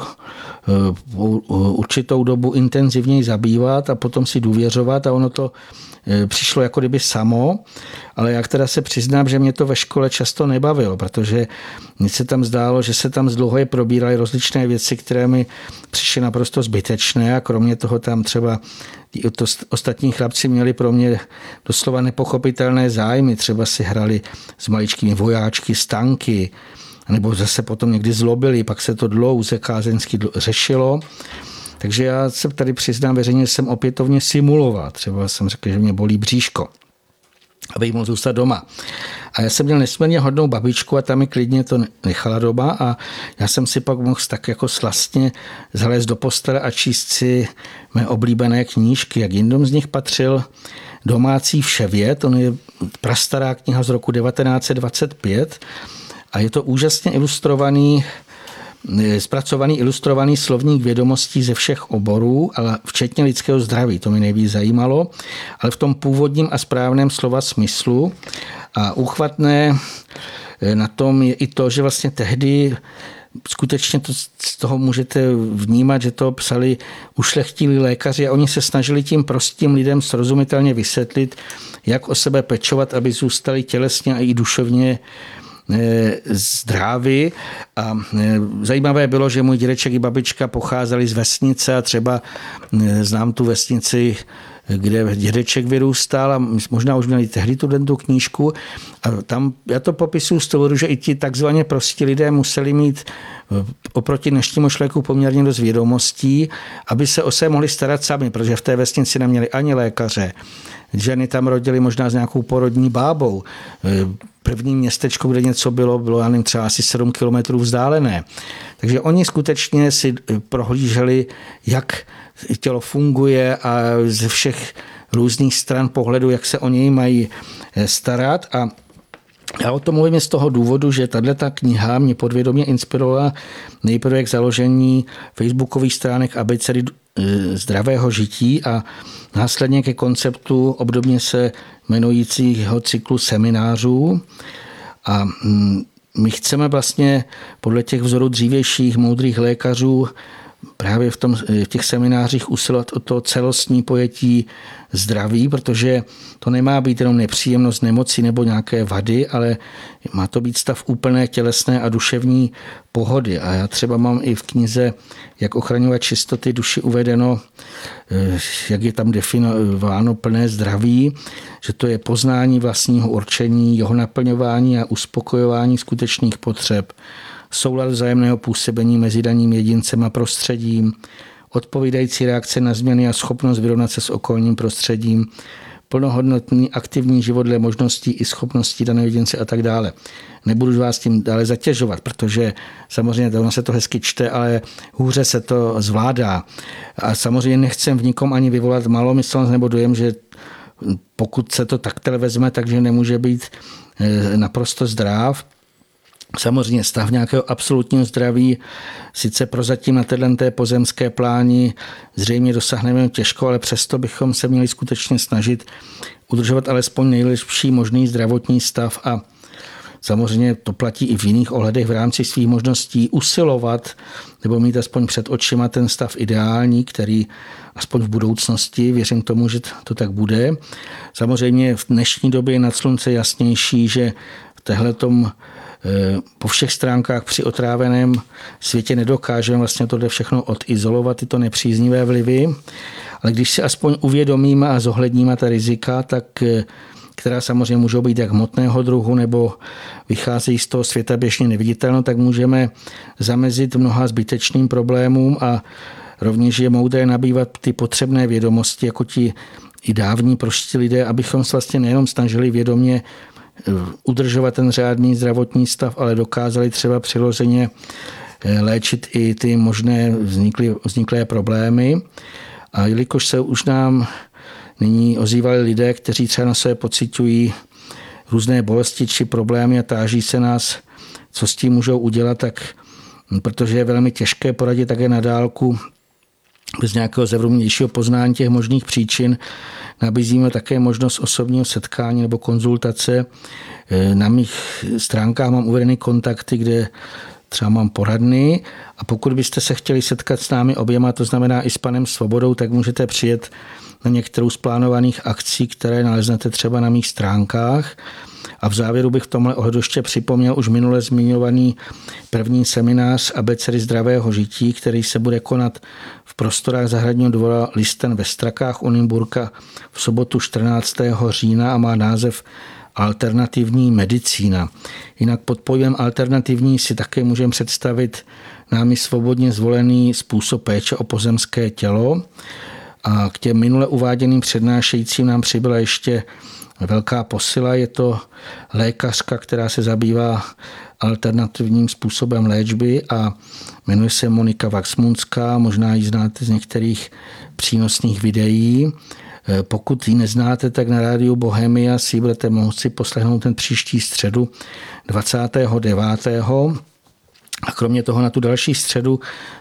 určitou dobu intenzivněji zabývat a potom si důvěřovat, a ono to přišlo jako kdyby samo, ale jak teda se přiznám, že mě to ve škole často nebavilo, protože mně se tam zdálo, že se tam zdlouho probíraly rozličné věci, které mi přišly naprosto zbytečné, a kromě toho tam třeba to ostatní chlapci měli pro mě doslova nepochopitelné zájmy, třeba si hrali s maličkými vojáčky z tanky, nebo zase potom někdy zlobili, pak se to dlouze kázeňsky řešilo. Takže já se tady přiznám veřejně, jsem opětovně simuloval. Třeba jsem řekl, že mě bolí bříško, abych mohl zůstat doma. A já jsem měl nesmírně hodnou babičku a ta mi klidně to nechala doma, a já jsem si pak mohl tak jako slastně zalézt do postele a číst si mé oblíbené knížky. Jak jednou z nich patřil Domácí vševěd, to je prastará kniha z roku devatenáct set dvacet pět a je to úžasně ilustrovaný zpracovaný ilustrovaný slovník vědomostí ze všech oborů, ale včetně lidského zdraví. To mi nejvíc zajímalo, ale v tom původním a správném slova smyslu. A úchvatné na tom je i to, že vlastně tehdy skutečně to, z toho můžete vnímat, že to psali ušlechtilí lékaři a oni se snažili tím prostým lidem srozumitelně vysvětlit, jak o sebe pečovat, aby zůstali tělesně a i duševně zdraví. A zajímavé bylo, že můj dědeček i babička pocházeli z vesnice a třeba znám tu vesnici, kde dědeček vyrůstal, a možná už měli tehdy tu tu knížku, a tam já to popisuju z toho, že i ti takzvaně prostí lidé museli mít oproti dnešnímu člověku poměrně dost vědomostí, aby se o sebe mohli starat sami, protože v té vesnici neměli ani lékaře. Ženy tam rodily možná s nějakou porodní bábou. První městečko, kde něco bylo, bylo já nevím, třeba asi sedm kilometrů vzdálené. Takže oni skutečně si prohlíželi, jak tělo funguje a ze všech různých stran pohledu, jak se o něj mají starat. A já o tom mluvím z toho důvodu, že tato kniha mě podvědomě inspirovala nejprve k založení facebookových stránek abecedy zdravého žití a následně ke konceptu obdobně se jmenujícího cyklu seminářů. A my chceme vlastně podle těch vzorů dřívějších moudrých lékařů právě v, tom, v těch seminářích usilovat o to celostní pojetí zdraví, protože to nemá být jenom nepříjemnost nemoci nebo nějaké vady, ale má to být stav úplné tělesné a duševní pohody. A já třeba mám i v knize Jak ochraňovat čistoty duši uvedeno, jak je tam definováno plné zdraví, že to je poznání vlastního určení, jeho naplňování a uspokojování skutečných potřeb, soulad vzájemného působení mezi daným jedincem a prostředím, odpovídající reakce na změny a schopnost vyrovnat se s okolním prostředím, plnohodnotný aktivní život dle možností i schopností daného jedince a tak dále. Nebudu vás tím dále zatěžovat, protože samozřejmě ono se to hezky čte, ale hůře se to zvládá. A samozřejmě nechcem v nikom ani vyvolat malomyslnost nebo dojem, že pokud se to takhle vezme, takže nemůže být naprosto zdrav. Samozřejmě stav nějakého absolutního zdraví, sice prozatím na této pozemské pláni zřejmě dosáhneme těžko, ale přesto bychom se měli skutečně snažit udržovat alespoň nejlepší možný zdravotní stav a samozřejmě to platí i v jiných ohledech v rámci svých možností usilovat nebo mít aspoň před očima ten stav ideální, který aspoň v budoucnosti, věřím tomu, že to tak bude. Samozřejmě v dnešní době je nad slunce jasnější, že v téhletom po všech stránkách při otráveném světě nedokážeme vlastně tohle všechno odizolovat, tyto nepříznivé vlivy, ale když si aspoň uvědomíme a zohledníme ta rizika, tak, která samozřejmě můžou být jak hmotného druhu nebo vycházejí z toho světa běžně neviditelno, tak můžeme zamezit mnoha zbytečným problémům a rovněž je moudré nabývat ty potřebné vědomosti, jako ti i dávní prošlí lidé, abychom se vlastně nejenom snažili vědomě udržovat ten řádný zdravotní stav, ale dokázali třeba přirozeně léčit i ty možné vzniklé, vzniklé problémy. A jelikož se už nám nyní ozývali lidé, kteří třeba na sebe pociťují různé bolesti či problémy a táží se nás, co s tím můžou udělat, tak protože je velmi těžké poradit také na dálku bez nějakého zevrubnějšího poznání těch možných příčin, nabízíme také možnost osobního setkání nebo konzultace. Na mých stránkách mám uvedeny kontakty, kde třeba mám poradny a pokud byste se chtěli setkat s námi oběma, to znamená i s panem Svobodou, tak můžete přijet na některou z plánovaných akcí, které naleznete třeba na mých stránkách. A v závěru bych v tomhle ohledu ještě připomněl už minule zmiňovaný první seminář abecedy zdravého žití, který se bude konat v prostorách Zahradního dvora Listen ve Strakách u Nymburka v sobotu čtrnáctého října a má název Alternativní medicína. Jinak pod pojmem alternativní si také můžeme představit námi svobodně zvolený způsob péče o pozemské tělo. A k těm minule uváděným přednášejícím nám přibyla ještě velká posila. Je to lékařka, která se zabývá alternativním způsobem léčby a jmenuje se Monika Waxmunská. Možná ji znáte z některých přínosných videí. Pokud ji neznáte, tak na rádiu Bohemia si budete moci poslechnout ten příští středu dvacátého devátého A kromě toho na tu další středu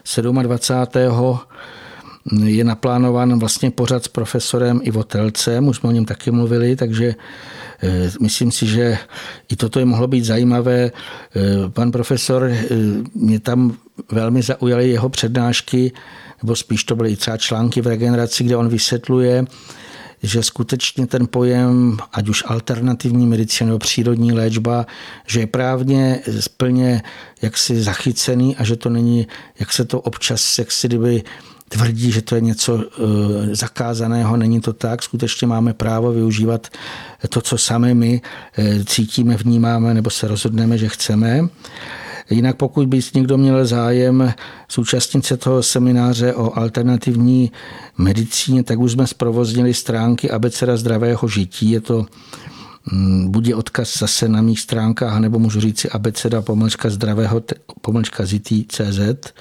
dvacátého sedmého je naplánován vlastně pořad s profesorem Ivo Telcem, už jsme o něm taky mluvili, takže myslím si, že i toto je mohlo být zajímavé. Pan profesor, mě tam velmi zaujaly jeho přednášky, nebo spíš to byly třeba články v Regeneraci, kde on vysvětluje, že skutečně ten pojem, ať už alternativní medicína nebo přírodní léčba, že je právně plně jaksi zachycený a že to není, jak se to občas jaksi kdyby tvrdí, že to je něco zakázaného, není to tak. Skutečně máme právo využívat to, co sami my cítíme, vnímáme nebo se rozhodneme, že chceme. Jinak pokud by někdo měl zájem zúčastnit se toho semináře o alternativní medicíně, tak už jsme zprovoznili stránky Abeceda zdravého žití. Je to buď je odkaz zase na mých stránkách, nebo můžu říci abeceda pomlčka zdravého pomlčka zitý tečka cé zet.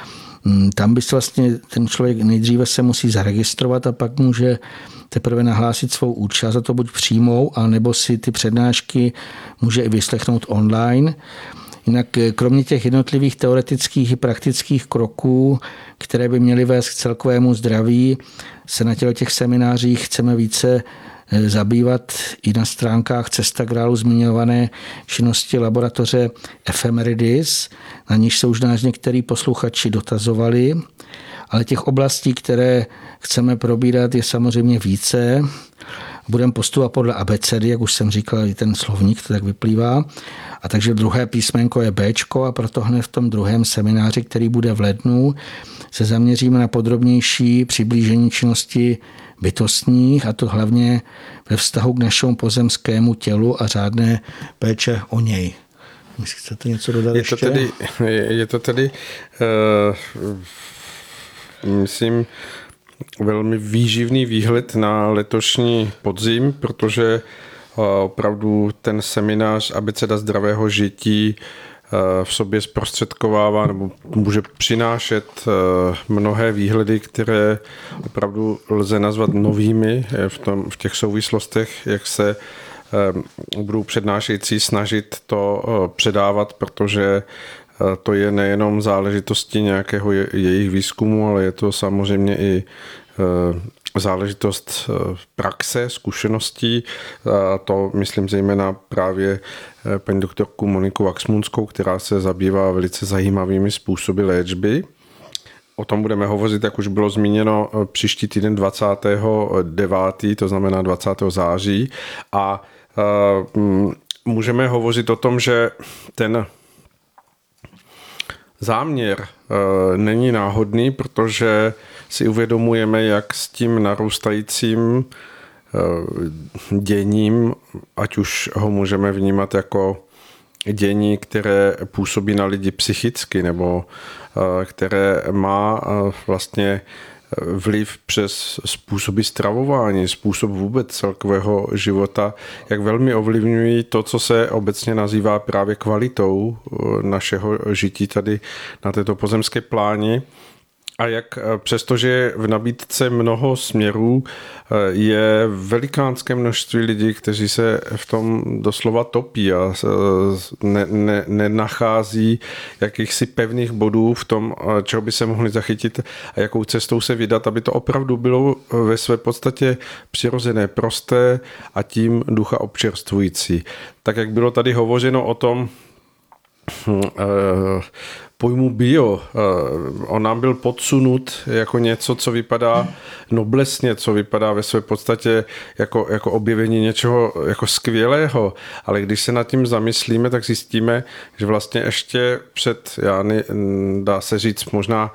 Tam by se vlastně ten člověk nejdříve se musí zaregistrovat a pak může teprve nahlásit svou účast a to buď přijmou, anebo si ty přednášky může i vyslechnout online. Jinak kromě těch jednotlivých teoretických i praktických kroků, které by měly vést k celkovému zdraví, se na těch seminářích chceme více zabývat i na stránkách Cesta k rálu zmiňované činnosti laboratoře Ephemeridis, na níž se už nás některý posluchači dotazovali, ale těch oblastí, které chceme probírat, je samozřejmě více. Budeme postupovat podle abecedy, jak už jsem říkal, i ten slovník to tak vyplývá. A takže druhé písmenko je Bčko a proto hned v tom druhém semináři, který bude v lednu, se zaměříme na podrobnější přiblížení činnosti bytostních a to hlavně ve vztahu k našemu pozemskému tělu a řádné péče o něj. Myslíte, chcete něco dodat je to ještě? Tedy, je, je to tedy, uh, myslím, velmi výživný výhled na letošní podzim, protože opravdu ten seminář Abeceda zdravého žití v sobě zprostředkovává nebo může přinášet mnohé výhledy, které opravdu lze nazvat novými v, tom, v těch souvislostech, jak se budou přednášející snažit to předávat, protože to je nejenom záležitostí nějakého jejich výzkumu, ale je to samozřejmě i záležitost praxe, zkušeností. A to myslím zejména právě paní doktorku Moniku Waxmunskou, která se zabývá velice zajímavými způsoby léčby. O tom budeme hovořit, jak už bylo zmíněno, příští týden dvacátého devátého to znamená dvacátého září. A můžeme hovořit o tom, že ten záměr není náhodný, protože si uvědomujeme, jak s tím narůstajícím děním, ať už ho můžeme vnímat jako dění, které působí na lidi psychicky nebo které má vlastně vliv přes způsoby stravování, způsob vůbec celkového života, jak velmi ovlivňují to, co se obecně nazývá právě kvalitou našeho žití tady na této pozemské pláni. A jak přestože je v nabídce mnoho směrů, je velikánské množství lidí, kteří se v tom doslova topí a ne, ne, nenachází jakýchsi pevných bodů v tom, čeho by se mohli zachytit a jakou cestou se vydat, aby to opravdu bylo ve své podstatě přirozené, prosté a tím ducha občerstvující. Tak jak bylo tady hovořeno o tom, pojmu bio. On nám byl podsunut jako něco, co vypadá noblesně, co vypadá ve své podstatě jako, jako objevení něčeho jako skvělého, ale když se nad tím zamyslíme, tak zjistíme, že vlastně ještě před, já ne, dá se říct, možná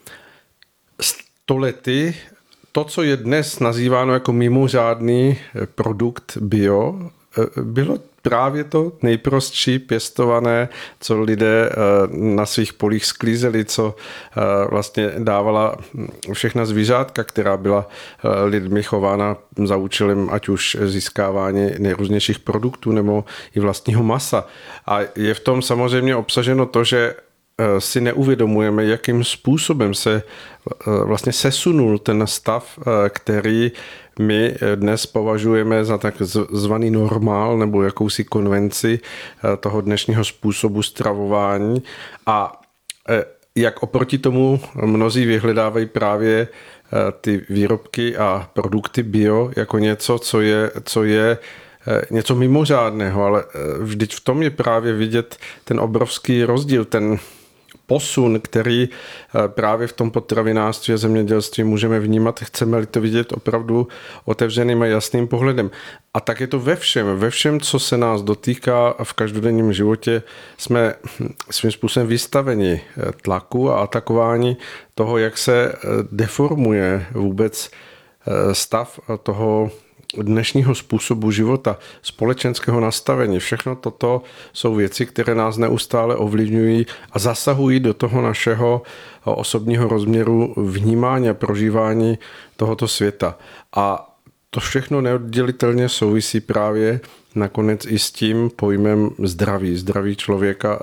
stolety, to, co je dnes nazýváno jako mimořádný produkt bio, bylo právě to nejprostší pěstované, co lidé na svých polích sklízeli, co vlastně dávala všechna zvířátka, která byla lidmi chována za účelem ať už získávání nejrůznějších produktů nebo i vlastního masa. A je v tom samozřejmě obsaženo to, že si neuvědomujeme, jakým způsobem se vlastně sesunul ten stav, který my dnes považujeme za tak zvaný normál nebo jakousi konvenci toho dnešního způsobu stravování a jak oproti tomu mnozí vyhledávají právě ty výrobky a produkty bio jako něco, co je, co je něco mimořádného, ale vždyť v tom je právě vidět ten obrovský rozdíl, ten posun, který právě v tom potravinářství a zemědělství můžeme vnímat, chceme-li to vidět opravdu otevřeným a jasným pohledem. A tak je to ve všem, ve všem, co se nás dotýká a v každodenním životě jsme svým způsobem vystaveni tlaku a atakování toho, jak se deformuje vůbec stav toho dnešního způsobu života, společenského nastavení. Všechno toto jsou věci, které nás neustále ovlivňují a zasahují do toho našeho osobního rozměru vnímání a prožívání tohoto světa. A to všechno neoddělitelně souvisí právě nakonec i s tím pojmem zdraví, zdraví člověka,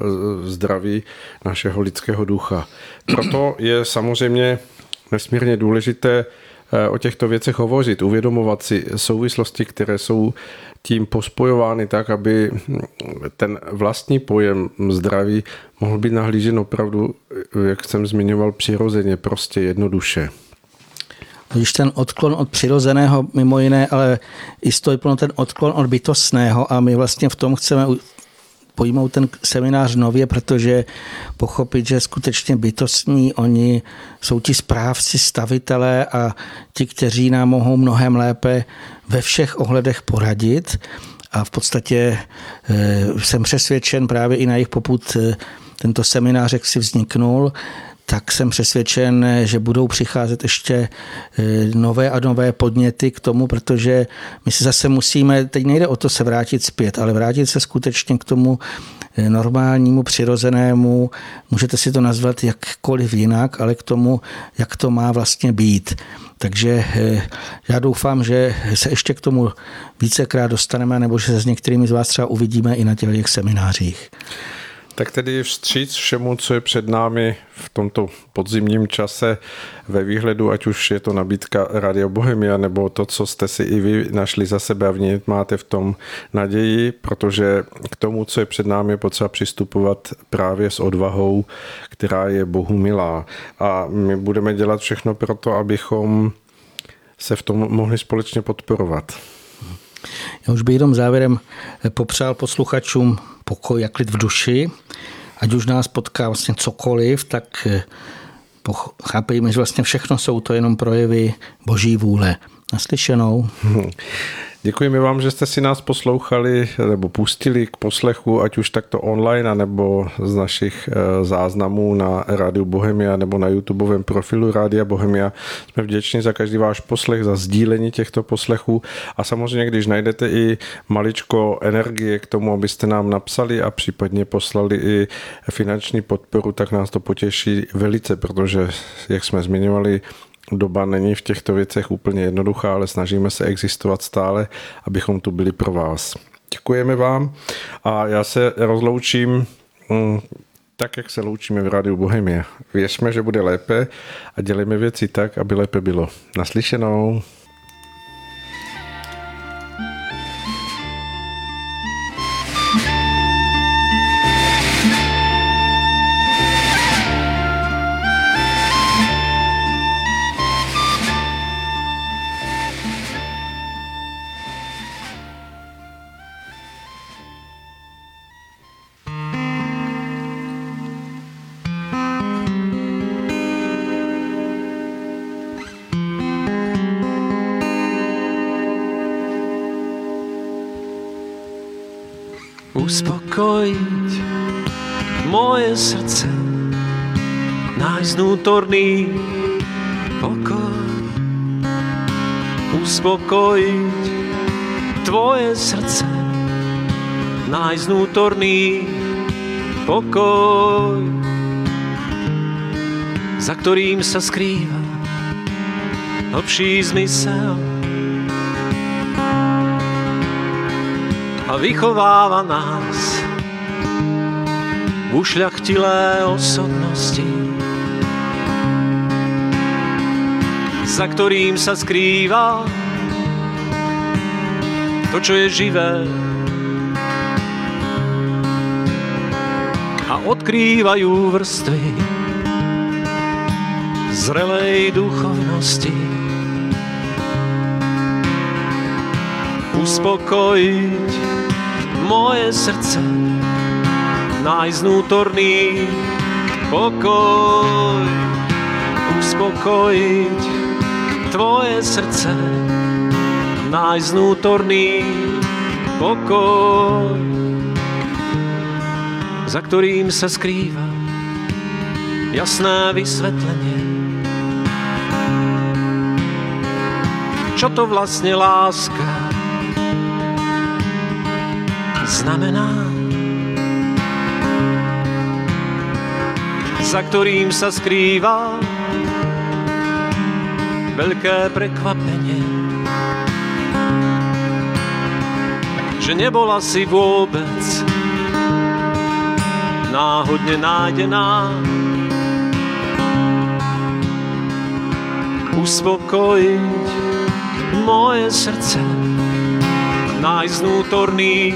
zdraví našeho lidského ducha. Proto je samozřejmě nesmírně důležité o těchto věcech hovořit, uvědomovat si souvislosti, které jsou tím pospojovány tak, aby ten vlastní pojem zdraví mohl být nahlížen opravdu, jak jsem zmiňoval, přirozeně, prostě jednoduše. Když ten odklon od přirozeného mimo jiné, ale i stojí plno ten odklon od bytostného a my vlastně v tom chceme pojmout ten seminář nově, protože pochopit, že skutečně bytostní, oni jsou ti správci, stavitelé a ti, kteří nám mohou mnohem lépe ve všech ohledech poradit. A v podstatě jsem přesvědčen právě i na jejich popud tento seminář, jak si vzniknul, tak jsem přesvědčen, že budou přicházet ještě nové a nové podněty k tomu, protože my se zase musíme, teď nejde o to se vrátit zpět, ale vrátit se skutečně k tomu normálnímu, přirozenému, můžete si to nazvat jakkoliv jinak, ale k tomu, jak to má vlastně být. Takže já doufám, že se ještě k tomu vícekrát dostaneme, nebo že se s některými z vás třeba uvidíme i na těch seminářích. Tak tedy vstříc všemu, co je před námi v tomto podzimním čase ve výhledu, ať už je to nabídka Radio Bohemia, nebo to, co jste si i vy našli za sebe a vnitř máte v tom naději, protože k tomu, co je před námi, je potřeba přistupovat právě s odvahou, která je Bohu milá. A my budeme dělat všechno pro to, abychom se v tom mohli společně podporovat. Já už bych jenom závěrem popřál posluchačům pokoj a klid v duši. Ať už nás potká vlastně cokoliv, tak chápejme, že vlastně všechno jsou to jenom projevy Boží vůle. Naslyšenou. Děkujeme vám, že jste si nás poslouchali nebo pustili k poslechu, ať už takto online, nebo z našich záznamů na Rádiu Bohemia nebo na YouTubeovém profilu Rádia Bohemia. Jsme vděční za každý váš poslech, za sdílení těchto poslechů a samozřejmě, když najdete i maličko energie k tomu, abyste nám napsali a případně poslali i finanční podporu, tak nás to potěší velice, protože, jak jsme zmiňovali, doba není v těchto věcech úplně jednoduchá, ale snažíme se existovat stále, abychom tu byli pro vás. Děkujeme vám a já se rozloučím tak, jak se loučíme v Rádiu Bohemia. Věřme, že bude lépe a dělejme věci tak, aby lépe bylo. Naslyšenou. Uspokojiť moje srdce, nájsť vnútorný pokoj. Uspokojiť tvoje srdce, nájsť vnútorný pokoj, za ktorým sa skrýva hlbší zmysel a vychováva nás v ušľachtilé osobnosti, za ktorým sa skrýva to, čo je živé a odkrývajú vrstvy zrelej duchovnosti. Uspokojiť moje srdce, nájsť vnútorný pokoj. Uspokojiť tvoje srdce, nájsť vnútorný pokoj, za ktorým sa skrýva jasné vysvetlenie. Čo to vlastne láska znamená, za ktorým sa skrýva veľké prekvapenie, že nebola si vôbec náhodne nájdená. Uspokojiť moje srdce, nájsť vnútorný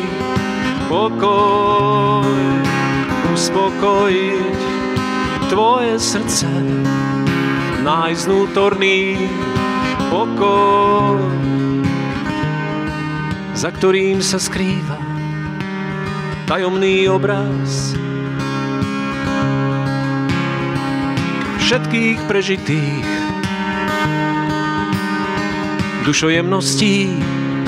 pokoj. Uspokojiť tvoje srdce, nájsť vnútorný pokoj, za ktorým sa skrýva tajomný obraz všetkých prežitých dušojemností,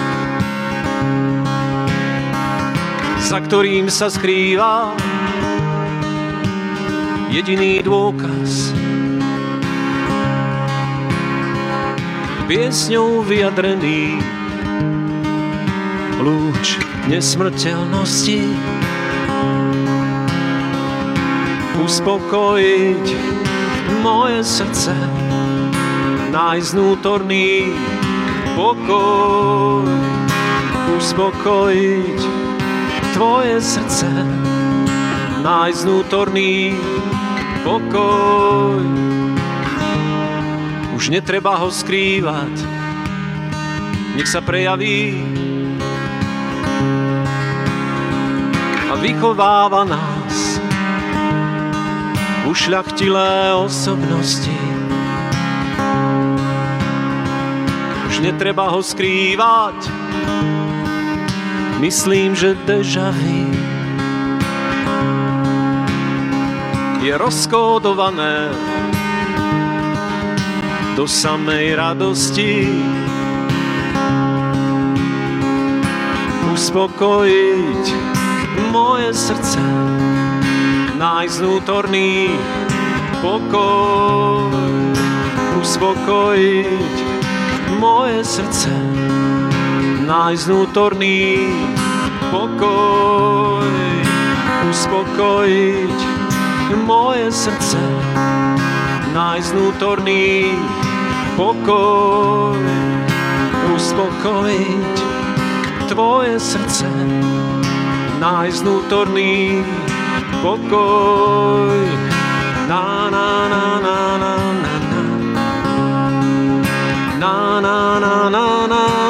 za ktorým sa skrýva jediný dôkaz, piesňou vyjadrený lúč nesmrteľnosti. Uspokojiť moje srdce, nájsť vnútorný pokoj. Uspokojiť tvoje srdce, nájsť vnútorný pokoj. Už netreba ho skrývať, nech sa prejaví a vychováva nás v ušľachtilé osobnosti. Už netreba ho skrývať, myslím, že déjà vu je rozkódované do samej radosti. uspokojiť moje srdce, nájsť vnútorný pokoj, uspokojiť moje srdce, nájsť vnútorný pokoj, uspokojiť moje srdce, nájsť vnútorný pokoj, uspokojiť tvoje srdce, nájsť vnútorný pokoj. Na na na na na na na na na na na